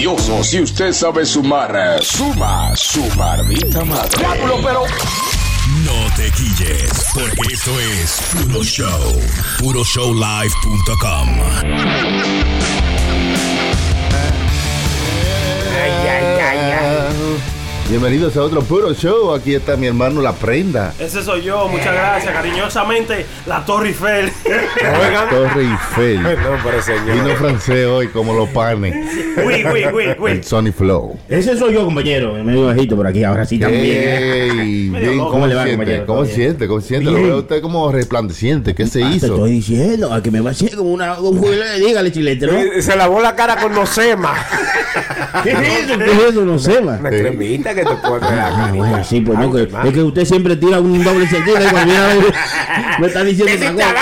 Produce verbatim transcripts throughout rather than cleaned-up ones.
maravilloso. Si usted sabe sumar, suma su maldita madre. ¡Diablo, pero! No te quilles, porque esto es Puro Show. puro show live punto com. Ay, ay, ay, ay. Bienvenidos a otro Puro Show. Aquí está mi hermano La Prenda. Ese soy yo, muchas gracias. Cariñosamente, la Torre Eiffel. La Torre Eiffel. No, pero señor. Vino francés hoy como los panes. Uy, uy, uy, uy. El Sony Flow. Ese soy yo, compañero. Medio bajito por aquí, ahora sí también. Ey, bien, loco. ¿cómo ¿Cómo le va, siente? compañero? ¿Cómo ¿Todo bien? siente? ¿Cómo siente? Lo Bien. veo a usted como resplandeciente. ¿Qué se Ah, Te hizo? estoy diciendo, a que me va a hacer como una, un jubileo. Dígale, chilete, ¿no? Eh, Se lavó la cara con nocema. ¿Qué es eso? ¿Qué es eso? No sé, man. Una cremita que te pone la Ah, carita. bueno, sí, pues no, Ay, que, hermano. es que usted siempre tira un doble sentido y cuando viene a ver, me está diciendo otra cosa.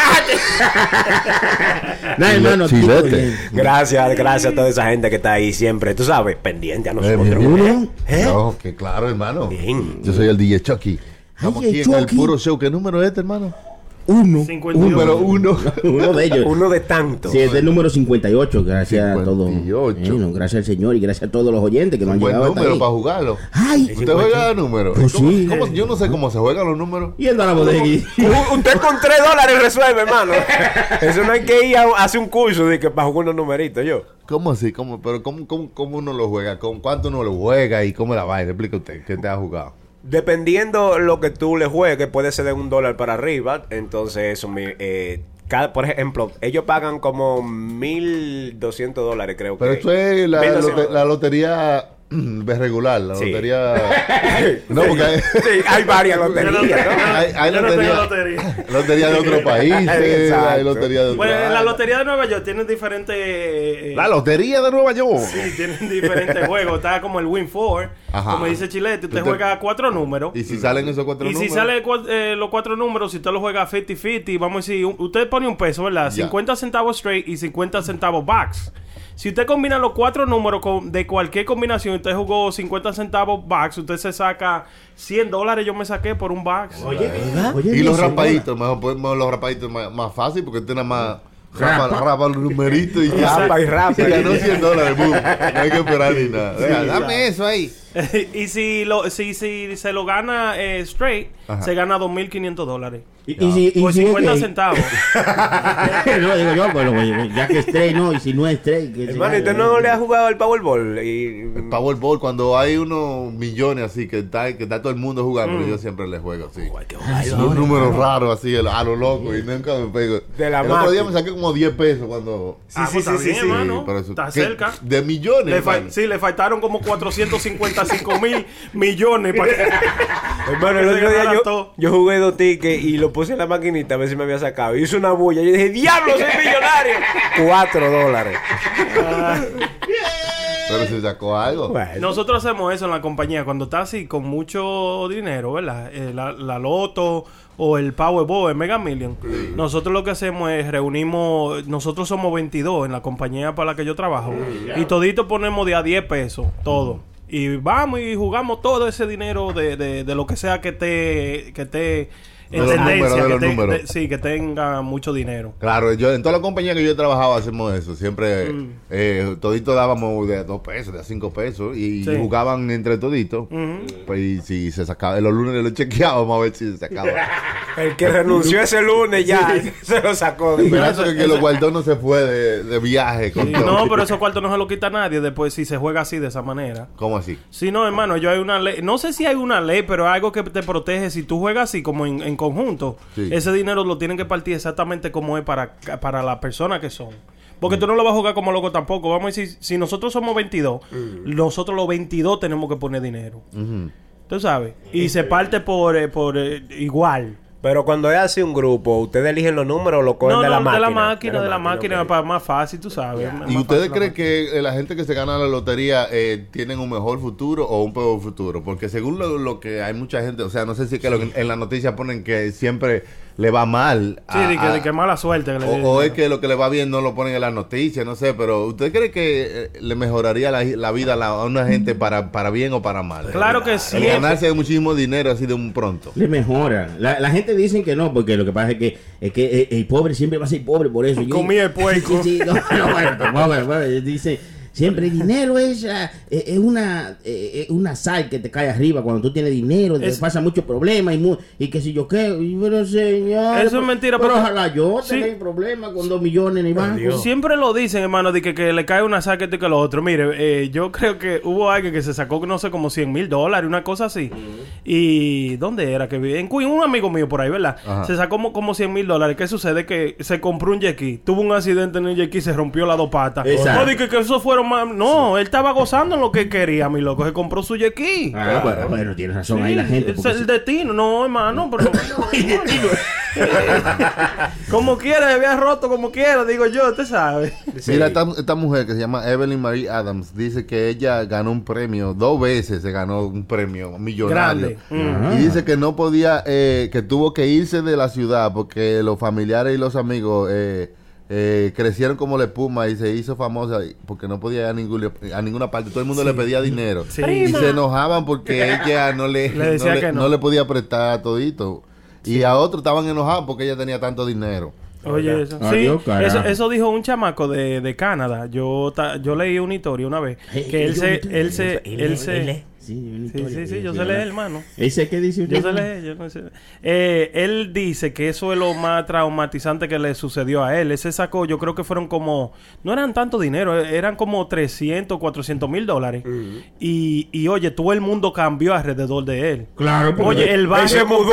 Nada, hermano, aquí Chilete. todo bien. Gracias, gracias a toda esa gente que está ahí siempre, tú sabes, pendiente a nosotros. bien, Uno, ¿Eh? No, que claro, hermano. Bien. Yo soy el D J Chucky. Estamos Ay, aquí en el Chucky. Puro Show. ¿Qué número es este, hermano? uno. cincuenta y uno. Número uno. Uno de ellos. Uno de tantos. Sí, es el número cincuenta y ocho. Gracias a todos. cincuenta y ocho. Bueno, gracias al Señor y gracias a todos los oyentes que nos han Buen llegado hasta número ahí. para jugarlo. Ay, ¿Usted juega a números? Pues ¿Cómo- sí. cómo- yo no sé cómo se juegan los números. yendo a la bodega y... U- Usted con tres dólares resuelve, hermano. Eso no hay que ir a hacer un curso de que para jugar unos numeritos, yo. ¿Cómo así? ¿Cómo? ¿Pero cómo, cómo, cómo uno lo juega? ¿Con cuánto uno lo juega? ¿Y cómo la vaina? Explica usted. ¿Qué te ha jugado? Dependiendo lo que tú le juegues, puede ser de un dólar para arriba. Entonces, eso me, eh, cada, por ejemplo, ellos pagan como mil doscientos dólares, creo Pero que. esto es la, mil doscientos. lote- la lotería regular, la Sí. lotería... No, porque hay, Sí, hay varias loterías, ¿no? hay, hay Yo no tengo lotería, lotería. lotería de otros países, Exacto. hay lotería de otros Bueno, en la países. lotería de Nueva York tienen diferentes. eh, La lotería de Nueva York. Sí, tienen diferentes juegos. Está como el Win four. Ajá. Como dice Chilete, usted Usted- juega cuatro números. Y si salen esos cuatro Y si números... sale cua- eh, los cuatro números, si usted lo juega cincuenta cincuenta, vamos a decir, un- usted pone un peso, ¿verdad? Ya. cincuenta centavos straight y cincuenta centavos box. Si usted combina los cuatro números con- de cualquier combinación, usted jugó cincuenta centavos box, usted se saca cien dólares, yo me saqué por un box. Oye, oye, Y los dice, rapaditos, mejor, pues, mejor los rapaditos más, más fácil porque tiene más... Rapa, rapa los numeritos y ya. Rapa y rapa. Y ganó cien dólares, boom. No hay que esperar ni nada. Venga, dame eso ahí. Y si, lo, si, si se lo gana eh, straight, Ajá. se gana dos mil quinientos dólares. Y, y si, y Por si es cincuenta gay. centavos. No, digo yo, bueno, oye, ya que es straight, no, y si no es straight, que Hermano, se ¿y usted gane, no le ha jugado el Powerball? Y... El Powerball, cuando hay unos millones así que está, que está todo el mundo jugando, yo siempre le juego así. Un número raro así, a lo, a lo loco, y nunca me pego. De la El otro día me máquina. saqué como diez pesos cuando... Sí, sí, sí, sí, hermano. pero eso- Está ¿qué? cerca. De millones, Le fa- hermano. sí, le faltaron como cuatrocientos cincuenta y cinco mil millones para que... Hermano, el que se otro día ganara yo, todo. yo jugué dos tickets y lo puse en la maquinita a ver si me había sacado. Hice una bulla. Yo dije, ¡diablo, soy millonario! Cuatro dólares. Pero se sacó algo. Bueno, Nosotros hacemos eso en la compañía. Cuando está así con mucho dinero, ¿verdad? Eh, la, la Loto o el Powerball, el Mega Million. Nosotros lo que hacemos es reunimos... Nosotros somos veintidós en la compañía para la que yo trabajo. Y todito ponemos de a diez pesos. Todo. Y vamos y jugamos todo ese dinero de, de, de lo que sea que esté... Que esté en De los tendencia. números, de que los te- números. de- sí, que tenga mucho dinero. Claro, yo en todas las compañías que yo he trabajado hacemos eso. Siempre, Mm. eh, todito dábamos de a dos pesos, de a cinco pesos. Y Sí. jugaban entre toditos. Ujú. Pues y si se sacaba, los lunes lo chequeábamos a ver si se sacaba. el que renunció ese lunes ya se lo sacó. Pero eso es que los guardó no se fue de, de viaje. Con Sí, todo. no, pero esos cuartos no se lo quita nadie después si se juega así de esa manera. ¿Cómo así? Sí, no, hermano, yo hay una ley, no sé si hay una ley, pero hay algo que te protege si tú juegas así como en, en conjunto. Sí. Ese dinero lo tienen que partir exactamente como es para, para la persona que son. Porque tú no lo vas a jugar como loco tampoco. Vamos a decir, si nosotros somos veintidós, nosotros los veintidós tenemos que poner dinero. Ujú. Tú sabes. Y se parte por, eh, por eh, igual. Pero cuando es así un grupo, ¿ustedes eligen los números o lo cogen No, de, no, la de máquina? la máquina, de la máquina, ok. para más fácil, tú sabes. es más ¿Y ustedes fácil la creen máquina. que eh, la gente que se gana la lotería eh, tienen un mejor futuro o un peor futuro? Porque según lo, lo que hay mucha gente, o sea, no sé si es que lo que en la noticia ponen que siempre le va mal. Sí, a- de que, a- de que mala suerte. Que le den o, o es dinero. que lo que le va bien no lo ponen en las noticias, no sé, pero ¿usted cree que eh, le mejoraría la, la vida a, la- a una gente para, para bien o para mal? Claro que sí. El ganarse muchísimo dinero así de un pronto. Le mejora. La, la gente dice que no, porque lo que pasa es que, es que el, el pobre siempre va a ser pobre por eso. Yo- Comía el puerco. Sí, sí, no, no, bueno, bueno, bueno, bueno, dice, Siempre dinero es, uh, es una eh, una sal que te cae arriba cuando tú tienes dinero, te Es- pasa muchos problemas y, mu- y que si yo qué, y, pero señor, Eso es mentira, pero porque- ojalá yo Sí. tenga problemas con dos millones en el banco. Siempre lo dicen, hermano, de que, que le cae una saqueta y que lo otro. Mire, eh, yo creo que hubo alguien que se sacó, no sé, como cien mil dólares, una cosa así. Y ¿dónde era que vivía? En Queen, un amigo mío por ahí, ¿verdad? Ajá. Se sacó como, como cien mil dólares. ¿Qué sucede? Que se compró un jet ski, tuvo un accidente en el jet ski y se rompió las dos patas. Exacto. No, dije que eso fueron más... No, él estaba gozando en lo que quería, mi loco. Se compró su jet ski. Ah, bueno, bueno, tienes razón ahí la gente. Es porque el si- destino, no, hermano, pero... como quiera, se había roto como quiera, digo yo, usted sabe. Mira, esta, esta mujer que se llama Evelyn Marie Adams dice que ella ganó un premio, dos veces se ganó un premio millonario. Grande. Mm. Y dice que no podía, eh, que tuvo que irse de la ciudad porque los familiares y los amigos eh, eh, crecieron como la espuma y se hizo famosa porque no podía ir a, ningún, a ninguna parte. Todo el mundo le pedía dinero. Sí. Y se enojaban porque ella no le, Le decía no, le que no. no le podía prestar todito. Y a otros estaban enojados porque ella tenía tanto dinero. Oye, eso. Adiós, Sí, carajo. eso, eso dijo un chamaco de, de Canadá. Yo ta- yo leí una historia una vez. Que él se... Él se... Él se... Sí, una Sí, historia sí, sí, que- yo que sé leer, habla- hermano. ¿Ese qué dice usted? Yo sé leer, yo no sé. Eh, él dice que eso es lo más traumatizante que le sucedió a él. Él se sacó, yo creo que fueron como... No eran tanto dinero, eh, eran como trescientos, cuatrocientos mil dólares. y, y oye, todo el mundo cambió alrededor de él. Claro, porque- Oye, el barrio... se mudó.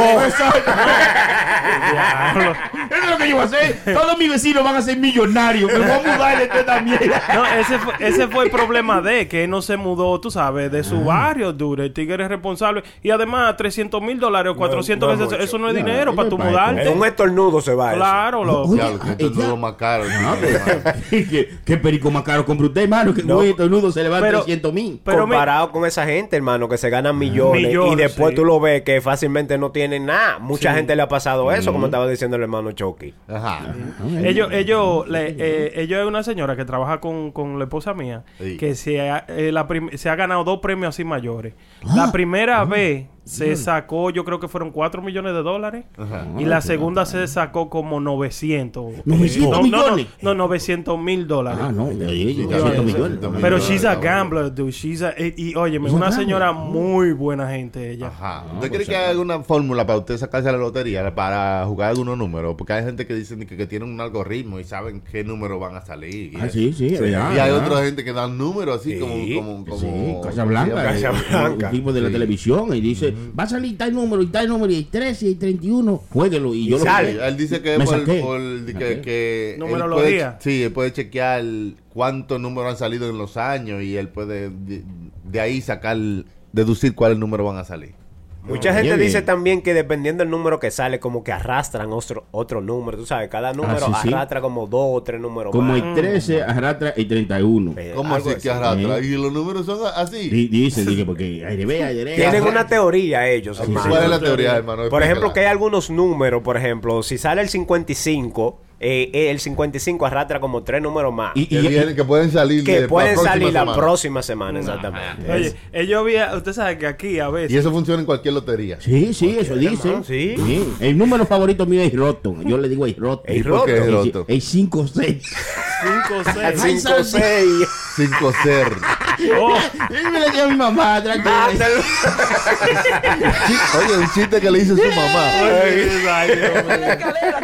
Diablo. Eso es lo que yo voy a hacer. Todos mis vecinos van a ser millonarios. Me voy a mudar de toda esta mierda. No, ese fue, ese fue el problema de que él no se mudó, tú sabes, de su barrio, dure. El tigre es responsable. Y además, trescientos mil dólares o cuatrocientos no es veces, mucho. eso no es No, dinero eso para es tu para- mudarte. En un estornudo se va eso. Claro, loco. Oye, Ya, lo que esto es ella- lo más caro. No, pero- ¿Qué, qué perico más caro compra usted, hermano? Que No. no. Estos nudos se le van Pero- trescientos mil. Pero me- Comparado con esa gente, hermano, que se ganan millones, Millones, y después sí. tú lo ves que fácilmente no tienen nada. Mucha Sí. gente le ha pasado eso, como estaba diciendo el hermano Chucky. Ajá. Ellos, ellos, le, eh, ellos es una señora que trabaja con, con la esposa mía, Sí. que se ha, eh, la prim- se ha ganado dos premios así mayores. La primera vez se sacó, yo creo que fueron cuatro millones de dólares. Ajá. Y la segunda se sacó como novecientos. ¿novecientos No, no, millones? No, no, novecientos mil dólares. Ah, no, de ahí, Sí, doscientos sí, millones. sí, Pero sí. she's a gambler, dude. She's a, y, y óyeme, She's a una gambler. señora muy buena gente ella. Ajá. No, ¿Usted pues, cree que hay alguna fórmula para usted sacarse la lotería para jugar algunos números? Porque hay gente que dicen que, que tienen un algoritmo y saben qué números van a salir. y Ah, eso. sí, sí, es verdad, Y hay verdad. otra gente que dan números así Sí. como, como, como. Sí, Casa Blanca, Casa eh, Blanca. un tipo de la Sí. televisión y dice, va a salir tal número y tal número y hay trece y hay treinta y uno, jueguelo y yo lo sale. jugué. Él dice que Me es por, saqué. por de que, Saqué. que él Numerología. puede, sí, él puede chequear cuántos números han salido en los años y él puede de, de ahí sacar, deducir cuáles números van a salir. Mucha No, gente oye, dice bien. también que dependiendo del número que sale, como que arrastran otro, otro número. Tú sabes, cada número sí, sí. arrastra como dos o tres números Como más. hay trece, arrastra y treinta y uno. Eh, ¿Cómo algo así que así. arrastra? Sí. Y los números son así. Di- Dicen, dije, porque hay de ver, hay de ver. Tienen una teoría ellos, hermano. ¿Cuál es la teoría, hermano? Por ejemplo, que hay Explícala. algunos números, por ejemplo, si sale el cincuenta y cinco, eh, eh, el cincuenta y cinco arrastra como tres números más. Y- Que, y- vienen- que pueden salir que de- pueden la próxima salir la semana. próxima semana, exactamente. Oye, ellos había, usted sabe que aquí a veces... Y eso funciona en cualquier lotería. Sí, sí, eso dice. hermano, sí. El número favorito mío es Roto. Yo le digo a Roto. Ey, ¿Por qué es Roto. roto? Es cinco seis. cinco, seis. Ay, cinco seis. Cinco ser. Oh, Él me lo dio a mi mamá, tranquila. Chi- Oye, un chiste que le hice su mamá. oye, ay, Dios mío.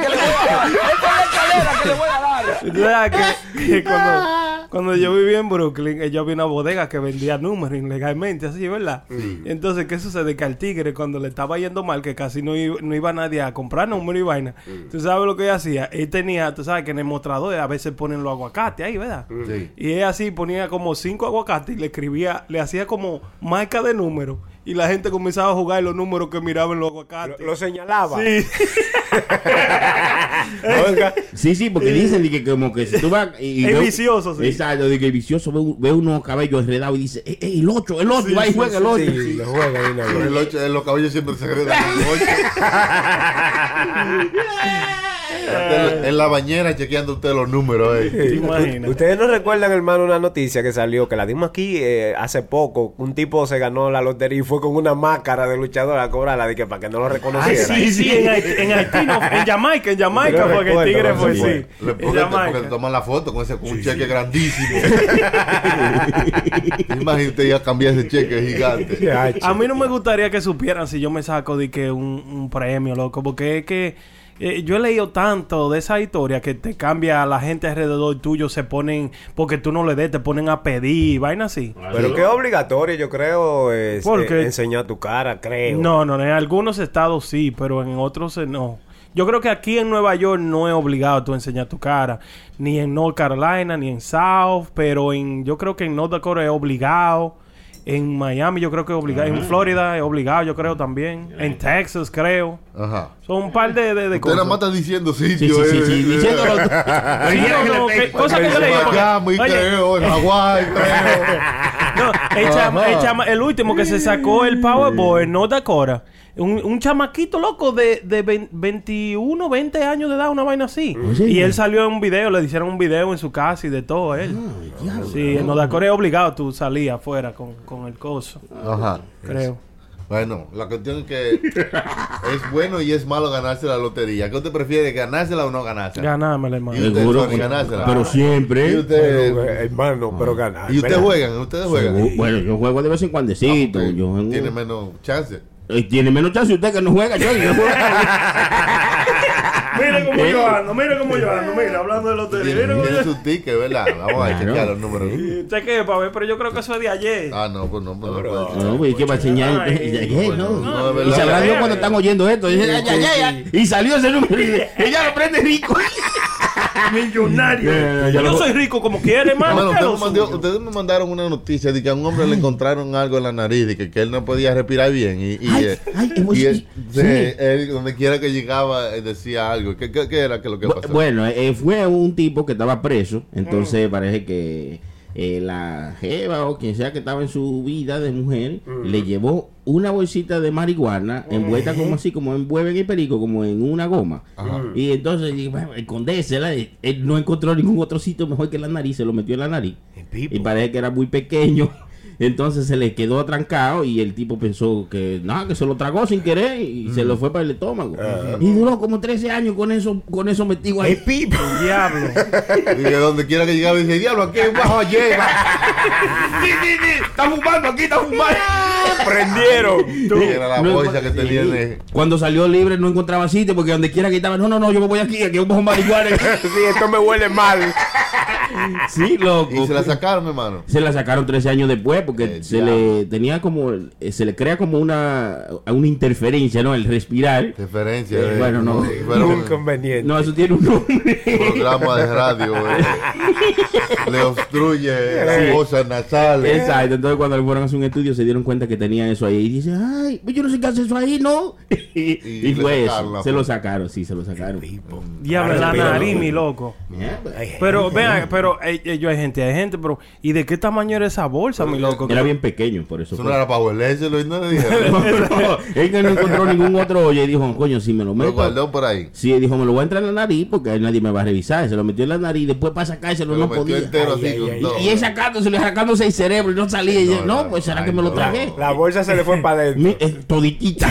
Tú sabes que, que cuando, cuando yo vivía en Brooklyn, eh, yo había una bodega que vendía números ilegalmente, así, ¿verdad? Entonces, ¿qué sucede? Que al tigre, cuando le estaba yendo mal, que casi no iba, no iba nadie a comprar números y vaina, ¿tú sabes lo que él hacía? Él tenía, tú sabes que en el mostrador a veces ponen los aguacates ahí, ¿verdad? Sí. Y él así ponía como cinco aguacates y le escribía, le hacía como marca de números. Y la gente comenzaba a jugar los números que miraban los aguacates. Lo, lo señalaba. Sí. Oiga, Sí, sí, porque dicen de que como que si tú vas y Es ve- vicioso, sí. Exacto, de que el vicioso ve, un- ve unos cabellos enredados y dice, "Eh, eh, el ocho, el ocho, va y juega el ocho. sí, lo juega de una Con vez. el ocho, los cabellos siempre se agredan con el ocho. Usted, en la bañera chequeando usted los números. Eh. ¿Te imaginas? Ustedes no recuerdan, hermano, una noticia que salió, que la dimos aquí eh, hace poco. Un tipo se ganó la lotería y fue con una máscara de luchador a cobrarla de que para que no lo Ay, reconociera. sí, sí, en Haití, en Haití, no, en Jamaica, en Jamaica Yo fue que el recuerdo, tigre no fue, sé sí. Le- En Porque, porque Jamaica. te toman la foto con ese con un cheque grandísimo. Imagínate ya cambiar ese cheque gigante. Ay, A mí no me gustaría que supieran si yo me saco de que un, un premio, loco, porque es que eh, yo he leído tanto de esa historia que te cambia la gente alrededor tuyo, se ponen, porque tú no le des, te ponen a pedir, vaina así. Pero que es obligatorio, yo creo, es, ¿Por qué? eh, enseñar tu cara, creo. No, no, en algunos estados sí, pero en otros eh, no. Yo creo que aquí en Nueva York no es obligado tú enseñar tu cara, ni en North Carolina, ni en South, pero en yo creo que en North Dakota es obligado. En Miami yo creo que es obligado. En Florida es obligado, yo creo también. En Texas creo. Ajá. Son un par de, de, de Usted nada cosas. más está diciendo Sí, sitio. sí, sí, eh. sí, diciéndolo. Sí, no, no, que- cosa que yo leí. porque- Miami, Oye, creo, en Hawái, creo. no, el, chama- el, chama- el último que se sacó el Powerball en North Dakota. Un, un chamaquito loco de, de vein- veintiuno, veinte años de edad, una vaina así. Oye. Y él salió en un video, le hicieron un video en su casa y de todo él. Sí, en North Dakota es obligado tú salir afuera con, con el coso, Ajá. creo. Bueno, la cuestión es que es bueno y es malo ganarse la lotería. ¿Qué usted prefiere, ganársela o no ganársela? Ganámela, hermano. Y usted, Seguro, Sony, ganársela. pero siempre. Y usted, Pero, eh, hermano, pero ganar. y usted ¿verdad? juegan, ustedes juegan. Seguro. Bueno, yo juego de vez en cuandecito. Porque yo en- tiene menos chance. Eh, tiene menos chance usted que no juega. Yo, yo juego. Mira cómo ¿Eh? yo ando, mira cómo yo ando, mira, hablando de lotería. Tiene, Mira cómo tiene yo... su ticket, ¿verdad? Vamos a Claro. chequear los números. ¿Y ¿Usted qué, pa' ver? Pero yo creo que eso es de ayer. Ah, no, pues no, pues no. Pero- pues- No, pues, ¿qué va a enseñar? Ay, Eh, eh, pues no. no, no, es Y verdad. sabrá Dios Eh, cuando están oyendo esto. Dice, "Ay, ay, ay, ay", y salió ese número y dice, ella lo prende rico. Millonario. Ya, ya, ya Yo lo- soy rico como quiere, hermano. Hermano, ¿qué usted lo me mandó- suyo? ustedes me mandaron una noticia de que a un hombre le encontraron algo en la nariz y que, que él no podía respirar bien. Y, y, Ay, eh, ay, hemos- y él, sí. se- él, donde quiera que llegaba, eh, decía algo. ¿Qué, qué, qué era que lo que Bu- pasó? Bueno, eh, fue un tipo que estaba preso. Entonces parece que eh, la jeva o quien sea que estaba en su vida de mujer le llevó una bolsita de marihuana envuelta como así, como envuelven el perico, como en una goma. Y entonces, y, bueno, escondérsela. eh, Él no encontró ningún otro sitio mejor que la nariz, se lo metió en la nariz. El pipo. Y parece que era muy pequeño. Entonces se le quedó atrancado y el tipo pensó que nada, que se lo tragó sin querer y se lo fue para el estómago. Y duró como trece años con eso, con eso metido ahí. El pipo. Diablo. Y que donde quiera que llegaba, dice: diablo, aquí bajo lleva. Sí, sí, sí, está fumando aquí, está fumando. Prendieron. Y era la No, bolsa que sí. tenía en el- Cuando salió libre no encontraba sitio porque donde quiera que estaba, no, no, no, yo me voy aquí, aquí hay un bajo marihuana. Sí, esto me huele mal. Sí, loco. Y se la sacaron, hermano. Se la sacaron trece años después porque Eh, se diablo. le tenía como, eh, se le crea como una, una interferencia, ¿no? El respirar. Referencia. Eh, eh, bueno, no. Pero Un un inconveniente. No, eso tiene un nombre. programa de radio eh, le obstruye las fosas nasales. Exacto, entonces cuando le fueron a hacer un estudio se dieron cuenta que tenía eso ahí y dice, ay, pues yo no sé qué hace eso ahí, ¿no? y Y y le fue sacaron eso, la se lo foto. sacaron, sí, se lo sacaron. Pipo. Diablo, la nariz, mi loco. Yeah, Pero, vean, pero eh, eh, yo hay gente, hay gente, pero ¿y de qué tamaño era esa bolsa, mi loco? era bien pequeño, por eso Eso fue. no era para volvérselo y no le dijeron. No, no, él que no encontró ningún otro hoyo y dijo, coño, si me lo Lo meto. guardó por ahí. Sí, dijo, me lo voy a entrar en la nariz porque ahí nadie me va a revisar. Se lo metió en la nariz y después para sacárselo Se no lo metió podía. entero Ay, así ay, con ay, todo. Y él sacándoselo, sacándose el cerebro y no salía. Y yo, No, no, pues no, será ay, que me lo no. tragué. La bolsa se le fue para adentro. Mi- eh, toditita.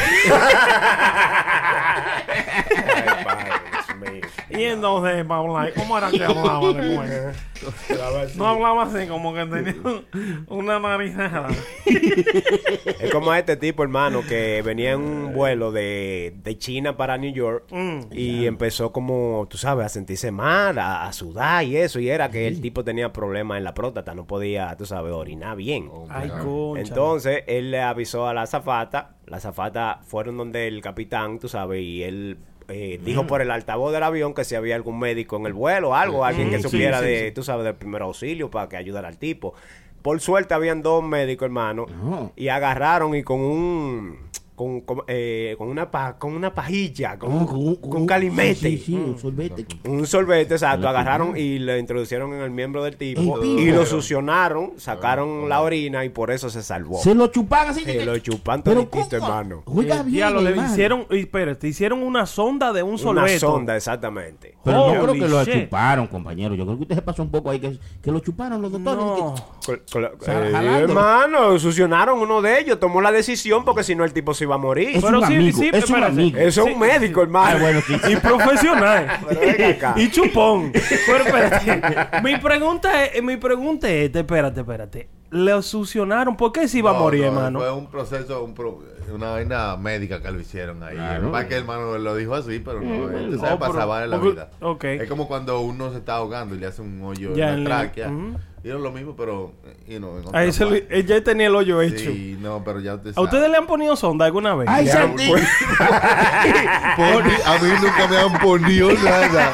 Ay, padre, Dios mío. Y entonces, Paula, ¿cómo era que hablaba después? No hablaba así, como que tenía una narizada. Es como este tipo, hermano, que venía en un vuelo de, de China para New York Mm. y empezó como, tú sabes, a sentirse mal, a, a sudar y eso. Y era que el tipo tenía problemas en la próstata, no podía, tú sabes, orinar bien. Ay, concha. Entonces, él le avisó a la azafata. La azafata fueron donde el capitán, tú sabes, y él eh, dijo por el altavoz del avión que si había algún médico en el vuelo, algo, alguien que Mm, sí, supiera sí, de, sí. tú sabes, del primer auxilio para que ayudara al tipo. Por suerte habían dos médicos, hermano, No. y agarraron y con un con, con, eh, con una pa, con una pajilla, con, Oh, un, con un- con con un calimete. Sí, sí, sí, Mm. un sorbete. Un sorbete, exacto. Una Agarraron pijama. y lo introducieron en el miembro del tipo El tipo. y lo succionaron, sacaron la orina y por eso se salvó. Se lo chupan así. Se que- lo chupan Pero toditito, ¿cómo? hermano. Oiga Eh, bien, diablo, le hermano. hicieron, y espérate, hicieron una sonda de un Una sorbeto. sonda, exactamente. Pero yo Holy creo que lo shit. chuparon, compañero. Yo creo que usted se pasó un poco ahí, que, que lo chuparon los doctores. No. Col- col- sea, eh, jalándolo. hermano, succionaron uno de ellos, tomó la decisión porque si no el tipo se iba a morir. Es Pero un sí, amigo, sí, es un espérate. amigo. Eso es un médico, hermano. Ah, bueno, sí. Y profesional. Pero venga acá. Y chupón. Pero espérate. mi pregunta es, mi pregunta es, esta, espérate, espérate. Le succionaron, ¿por qué se iba a No, morir, no, hermano? Fue un proceso, un pro- una vaina médica que lo hicieron ahí. Claro. Para que el hermano lo dijo así, pero no. Él No, sabe para pero- salvar en la porque- vida. ok. Es como cuando uno se está ahogando y le hace un hoyo Ya, en en la la- tráquea. ujú. Y es lo mismo, pero you know, en otra Ahí se parte. lo- ella tenía el hoyo hecho. Sí, no, pero ya usted ¿A sabe. ustedes le han ponido sonda alguna vez? Ay, Ya, Santi. pues. Poni- a mí nunca me han ponido nada.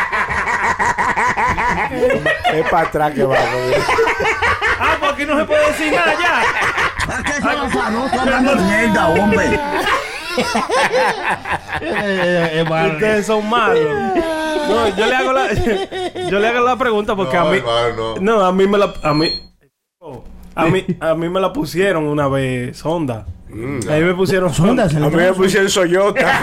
Es para atrás que vamos. Ah, pues aquí no se puede decir nada ya. Eh, hermano. Ustedes son malos. No, yo le hago la, yo le hago la pregunta porque No, a mí, hermano, no. no, a mí me la, a mí, a mí, a mí me la pusieron una vez sonda. A mí me pusieron sonda. Sonda, se A le mí me trajo- pusieron Soyota.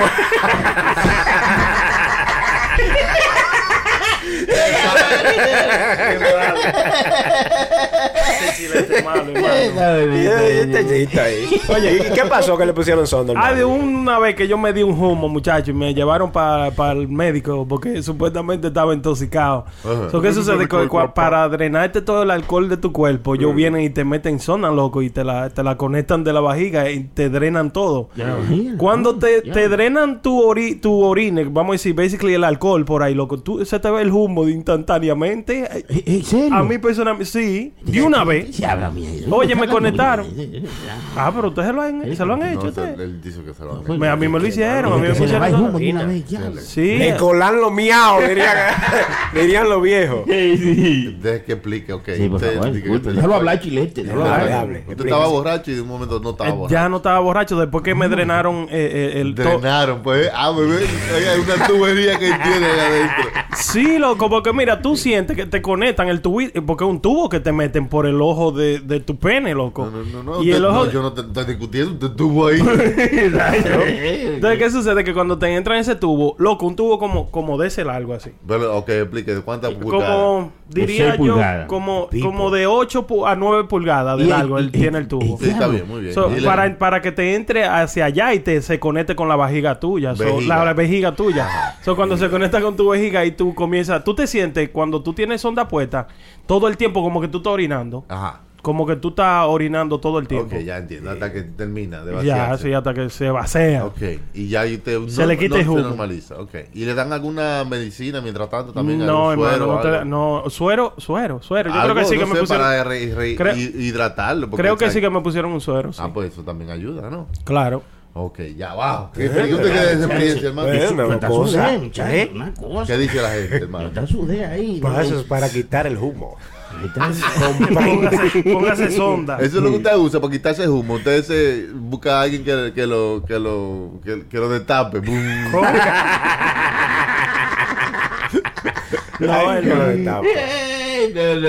Este chilete malo, hermano. Esa bebida, Este chiste ahí. Oye, ¿y qué pasó que le pusieron sonda, Ah, de hermano? una vez que yo me di un humo, muchacho, y me llevaron para el médico porque supuestamente estaba intoxicado. Ajá. So, ¿qué sucede? Que cua- para drenarte todo el alcohol de tu cuerpo, ellos vienen y te meten zona, loco, y te la, te la conectan de la vajiga y te drenan todo. Ya, mira. Cuando te, Ya. te drenan tu, ori, tu orine, vamos a decir, basically el alcohol por ahí, loco, tú, se te ve el humo de instantáneamente. Eh, ¿En serio? A mí personalmente, sí, de una vez. Se habla mierda. Oye, me Habla conectaron. mierda. Ah, pero ustedes se lo han, se lo han No, hecho, se- ustedes. él dice que se lo han Pues, Me- a mí me lo hicieron, a mí me Que se le va el pusieron. humo de una vez, ya. Sí. Le colan los miaos, dirían, dirían los viejos. Deje que explique, ok. Sí, por Usted- favor. diga que disculpe, usted- Déjalo hablar, chilete. Déjalo Hable, hablar. hable. Usted estaba borracho y de un momento no estaba Eh, borracho. ya no estaba borracho después que me drenaron eh, eh, el to- Drenaron, pues. Ah, bebé. Oye, hay una tubería que tiene ahí adentro. Sí, loco, porque mira, tú sientes que te conectan el tubo, porque es un tubo que te meten por el ojo de, de tu pene, loco. No, no, no. no, Y usted- el ojo. no, yo no te estoy discutiendo. Usted estuvo ahí. Entonces, ¿qué sucede? Que cuando te entra en ese tubo, loco, un tubo como, como de ese largo así. Pero, ok, explique. ¿De cuántas pulgadas? Como, diría seis yo, pulgadas. como, Tipo. como de ocho pu- a nueve pulgadas de Y- largo, él y- tiene el tubo. Sí, está bien, muy bien. So, Y le- para, para que te entre hacia allá y te se conecte con la vejiga tuya. So, Vejiga. la, la vejiga tuya. So, cuando se conecta con tu vejiga y tú comienzas... Tú te sientes, cuando tú tienes sonda puesta, todo el tiempo como que tú estás orinando. Ajá. Como que tú estás orinando todo el tiempo. Ok, ya entiendo. Hasta que termina de Ya, vaciarse. sí, hasta que se vacía. Ok. Y ya y te, Se le quita el no jugo. se normaliza. Ok. ¿Y le dan alguna medicina mientras tanto también? No, algún hermano, suero no, o te da- algo? no, suero, suero, suero. Yo creo Algo, que sí no que me sé, pusieron... para re- re- Creo- hi- hidratarlo. porque Creo que sabe- sí que me pusieron un suero, sí. Ah, pues eso también ayuda, ¿no? Claro. Ok, ya, wow. ¿Qué, ¿qué usted cree de esa experiencia, hermano? Bueno, Pero una está cosa, sudé, muchacho, ¿eh? una cosa. ¿Qué dice la gente, hermano? Está sudé ahí. Para ¿no? eso es para quitar el humo. Ahí está. Póngase, póngase sonda. Eso es lo que usted usa para quitarse el humo. Usted se busca a alguien que, que lo que lo que, que lo destape. Boom. No, Ay, que hermano. lo destapa. Ey, no, no,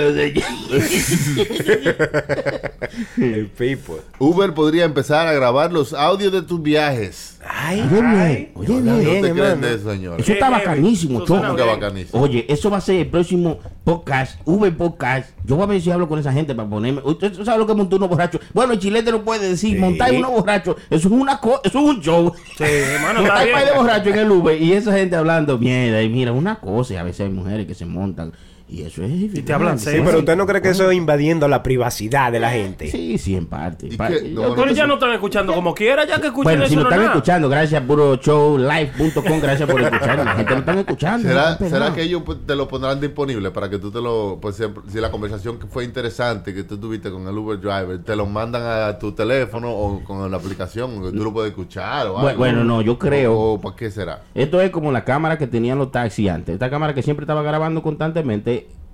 no. El people. Uber podría empezar a grabar los audios de tus viajes. Ay, Oye, ay. bien, oye, Está bien. ¿No bien, te creen hermano. de eso, señor? Eso está Eh, bacanísimo, eso suena Choco. ¿Cómo que bien. bacanísimo? Oye, eso va a ser el próximo podcast, V Podcast. Yo voy a ver si hablo con esa gente para ponerme. ¿Usted sabe lo que es montar uno borracho? Bueno, el chilete no puede decir, Sí. montar uno borracho. Eso es una cosa, eso es un show. Sí, hermano, está Montar bien. par de borracho en el Uber y esa gente hablando mierda. Y mira, una cosa, y a veces hay mujeres que se montan. Y eso es. Y te hablan Sí, serio. pero usted no cree que eso es invadiendo la privacidad de la gente. Sí, sí, en parte. ¿Y Pa- qué? No, Pero ya no están escuchando como quiera, ya que escuchen Bueno, si eso nos no están nada. escuchando, gracias a puro show live punto com, gracias por escuchar. La gente lo están escuchando. ¿Será, no, ¿Será no. que ellos pues, te lo pondrán disponible para que tú te lo, por ejemplo, si la conversación que fue interesante que tú tuviste con el Uber driver, te lo mandan a tu teléfono o con la aplicación, que tú lo puedes escuchar o Bu- algo? bueno, no, yo creo- ¿O, o para qué será? Esto es como la cámara que tenían los taxis antes. Esta cámara que siempre estaba grabando constantemente.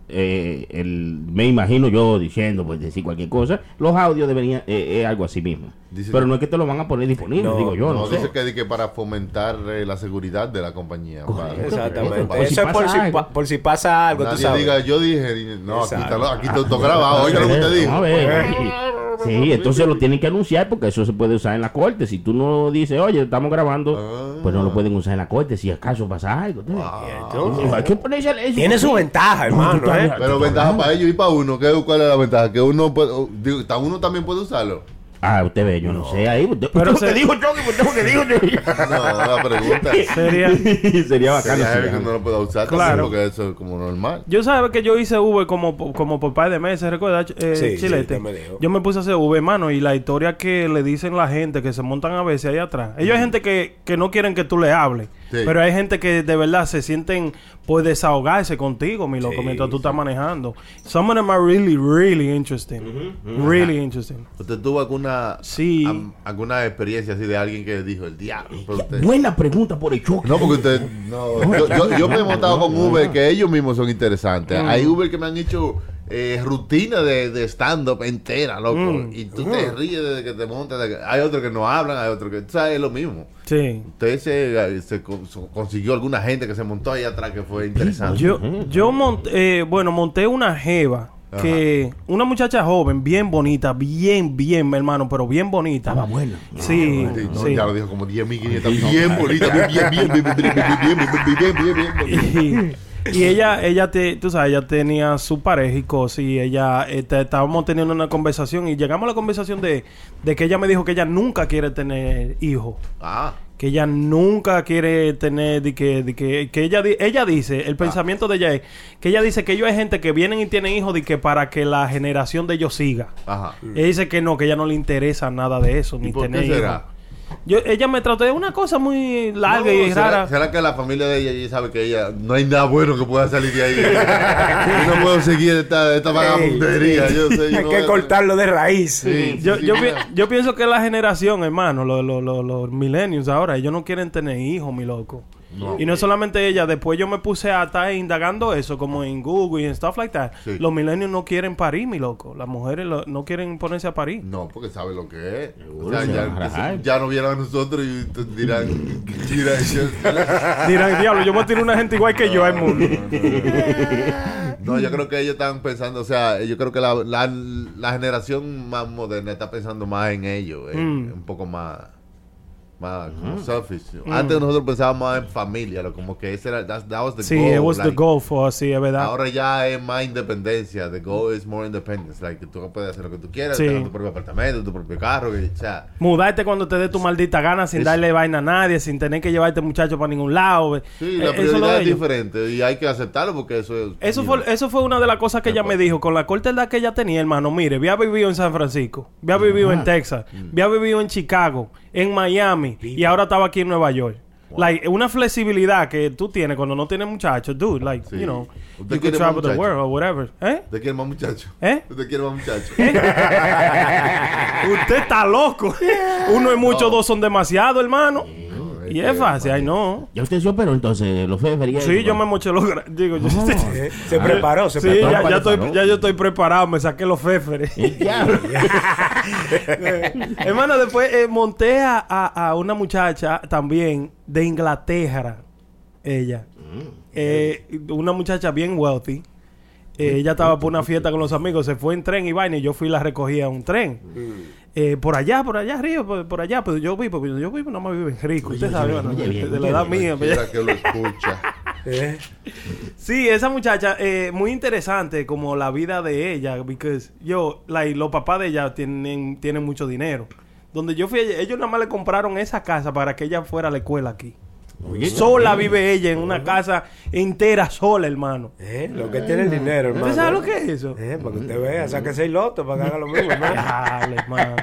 eh, el, me imagino yo diciendo, pues decir cualquier cosa, los audios deberían, eh, es algo así mismo. Dice pero que- no es que te lo van a poner disponible, No, digo yo, no, No, sé. dice que, de que para fomentar eh, la seguridad de la compañía. Correcto. Para- Exactamente. Por si Eso es por pasa si, algo. pa- por si pasa algo, tú Nadie sabes. diga, yo dije, y- no, aquí Exacto. está, lo- aquí está todo grabado, oiga lo que usted Vamos a dijo. ver. Sí, entonces lo tienen que anunciar porque eso se puede usar en la corte. Si tú no dices, oye, estamos grabando, Ah. pues no lo pueden usar en la corte si acaso pasa algo. ¿tú ves? Entonces, Hay que ponerse a eso. tiene su ventaja, hermano, ¿eh? Pero ventaja para ellos y para uno, ¿qué, ¿cuál es la ventaja? Que uno puede, o- digo, ta- uno también puede usarlo. Ah, usted ve, yo no, sé ahí. Usted, Pero usted se- dijo Chucky, usted porque dijo No, la pregunta. Sería... Sería bacano. Sería si heavy que dejan. uno lo pueda usar Claro. también, porque eso es como normal. Yo sabes que yo hice V como, como por par de meses, ¿recuerdas, eh, Sí, sí, Chilete? usted me dijo. Yo me puse a hacer V, hermano, y la historia que le dicen la gente que se montan a veces ahí atrás. Ellos hay gente que, que no quieren que tú le hables. Sí. Pero hay gente que de verdad se sienten, pues, desahogarse contigo, mi loco, Sí, mientras tú estás manejando. Some of them are really, really interesting. Really interesting. ¿Usted tuvo alguna Sí. am- alguna experiencia así de alguien que dijo el diablo? Pero usted- Buena pregunta por el Chucky. No, porque usted. No, yo, yo, yo me he montado con Uber que ellos mismos son interesantes. Hay Uber que me han hecho eh, rutina de, de stand-up entera, loco. Mm. Y tú te ríes desde que te montas. de que- Hay otros que no hablan, hay otros que. O sea, es lo mismo. Sí. Usted se, se con- so- consiguió alguna gente que se montó ahí atrás que fue interesante. Yo, yo monté, eh, bueno, monté una jeva que una muchacha joven, bien bonita, bien, bien, mi hermano, pero bien bonita. Estaba buena. Sí, Sí, no, sí. ya lo dijo como diez mil quinientos. Bien bonita, bien, bien, bien, bien, bien, bien, bien, bien, bien, bien, bien, bien. Y, y ella, ella te, tú sabes, ella tenía su pareja y cosas, y ella, este, estábamos teniendo una conversación, y llegamos a la conversación de, de que ella me dijo que ella nunca quiere tener hijos. Ah, Que ella nunca quiere tener, de que, de que, que ella, di- ella dice, el pensamiento de ella es, que ella dice que ellos hay gente que vienen y tienen hijos de que para que la generación de ellos siga. ajá. Ella dice que no, que ella no le interesa nada de eso, ¿Y ni por tener qué será? hijos. Yo, ella me trató de una cosa muy larga No, y ¿será, rara. ¿Será que la familia de ella ya sabe que ella no hay nada bueno que pueda salir de ahí? Yo no puedo seguir esta, esta vagabundería. Yo sé, yo Hay no que voy a- cortarlo de raíz. Sí, Yo, sí, yo, mira. pi- yo pienso que la generación, hermano, los, los, los, los millennials ahora, ellos no quieren tener hijos, mi loco. No. Y no solamente ella, después yo me puse a estar indagando eso, como en Google y en stuff like that. Sí. Los millennials no quieren parir, mi loco. Las mujeres lo- no quieren ponerse a parir. No, porque sabe lo que es. O Seguro, sea, se ya, van a rajar. ya no vieron a nosotros y te dirán, dirán, Dirán, diablo, yo voy a tener una gente igual que yo al mundo. no, yo creo que ellos están pensando, o sea, yo creo que la, la, la generación más moderna está pensando más en ellos, eh, Mm. un poco más, más como selfish. Antes nosotros pensábamos más en familia, lo- como que ese era, that, that was the Sí, goal. it was the like, goal for us, sí, es verdad. Ahora ya es más independencia. The goal is more independence. Like, que tú puedes hacer lo que tú quieras, Sí. tener tu propio apartamento, tu propio carro, que, o sea, Mudarte cuando te dé tu maldita gana sin Es- darle vaina a nadie, sin tener que llevarte muchacho para ningún lado. sí, Eh, la eso es lo prioridad de es ellos. diferente y hay que aceptarlo porque eso es... Eso you fue, know. eso fue una de las cosas que ella me dijo. Con la corta edad que ella tenía, hermano, mire, había vivido en San Francisco, había vivido en Texas, había vivido en Chicago, en Miami, y ahora estaba aquí en Nueva York. Like, una flexibilidad que tú tienes cuando no tienes muchachos, dude. Like, Sí. you know, ¿Usted you quiere could más travel the muchachos? world or whatever. ¿Eh? ¿Usted quiere más muchachos? ¿Eh? ¿Usted quiere más muchachos? Usted está loco. Uno es mucho, No. dos son demasiado, hermano. Y es fácil, ay no. Ya usted se operó entonces, los feferías. Sí, yo me moché los... gra- Digo, yo... Eh, Se preparó, se Sí, preparó. ya, para ya el estoy, salón. ya yo estoy preparado, me saqué los féferes. El diablo. Hermano, después eh, monté a, a- a una muchacha también de Inglaterra, ella. Eh, una muchacha bien wealthy. Eh, ella estaba por una fiesta con los amigos, se fue en tren y vaina, y yo fui y la recogí a un tren. Eh, por allá, por allá arriba, por, por allá, pero yo vivo, yo vivo, no me vivo en rico, usted sabe, bueno, oye, de, bien, de la oye, edad bien. mía. pues, Quiera que lo escucha. Eh, Sí, esa muchacha, eh, muy interesante como la vida de ella, because yo, like, los papás de ella tienen, tienen mucho dinero. Donde yo fui, ellos nada más le compraron esa casa para que ella fuera a la escuela aquí. Sola vive ella en una casa entera sola, hermano. eh, lo que tiene el dinero, hermano. ¿Usted sabe lo que es eso? Eh, para que usted vea, sáquese el loto para que haga lo mismo, hermano. Dale, hermano.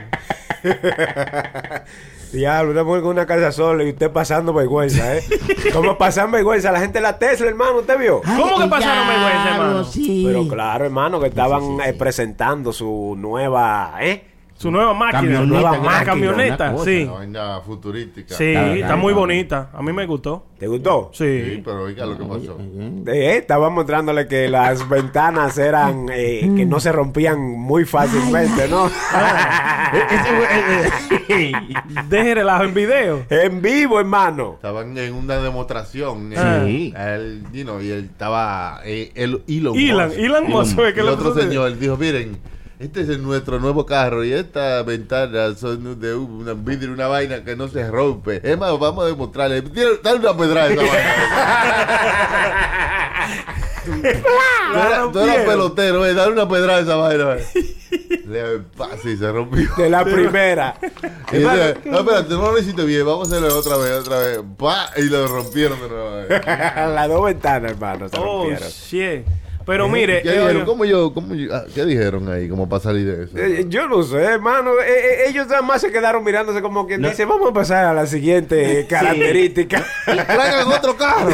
Diablo, una mujer con una casa sola y usted pasando vergüenza, ¿eh? ¿Cómo pasan vergüenza? La gente de la Tesla, hermano, ¿usted vio? ¿Cómo que pasaron vergüenza, hermano? Sí. Pero claro, hermano, que estaban eh, presentando su nueva, ¿eh? Su nueva máquina. Camioneta, nueva grande, máquina. Camioneta, una cosa, sí. Una vaina futurística. Sí, Está- está está- muy está- bonita. A mí me gustó. ¿Te gustó? Sí, Sí. pero oiga lo que pasó. Eh, estaba mostrándole que las ventanas eran eh, que no se rompían muy fácilmente, ¿no? Deje relajo en video. En vivo, hermano. Estaban en una demostración. Sí. eh, él, you know, y él estaba. Eh, el Elon Elon, Musk. Elon Musk fue que el lo otro puso de- señor dijo: miren, este es nuestro nuevo carro y estas ventanas son de un un vidrio, una vaina que no se rompe. Es más, vamos a demostrarle. Tira- Dale una pedrada a esa vaina. Tú eras, tú eras pelotero, eh, dale una pedrada a esa vaina. Le pa, sí, se rompió. De la primera. Y dice, no, espérate, no lo hiciste bien, vamos a hacerlo otra vez, otra vez. Pa, y lo rompieron de nuevo. Las dos ventanas, hermano, se Oh, rompieron. shit. Pero mire, ¿Qué eh, dijeron? oiga, ¿Cómo yo, cómo yo- ah, ¿Qué dijeron ahí? ¿Cómo para salir de eso? Eh, yo no sé, hermano. Eh, eh, ellos nada más se quedaron mirándose como quien dice, vamos a pasar a la siguiente característica. Traigan otro carro.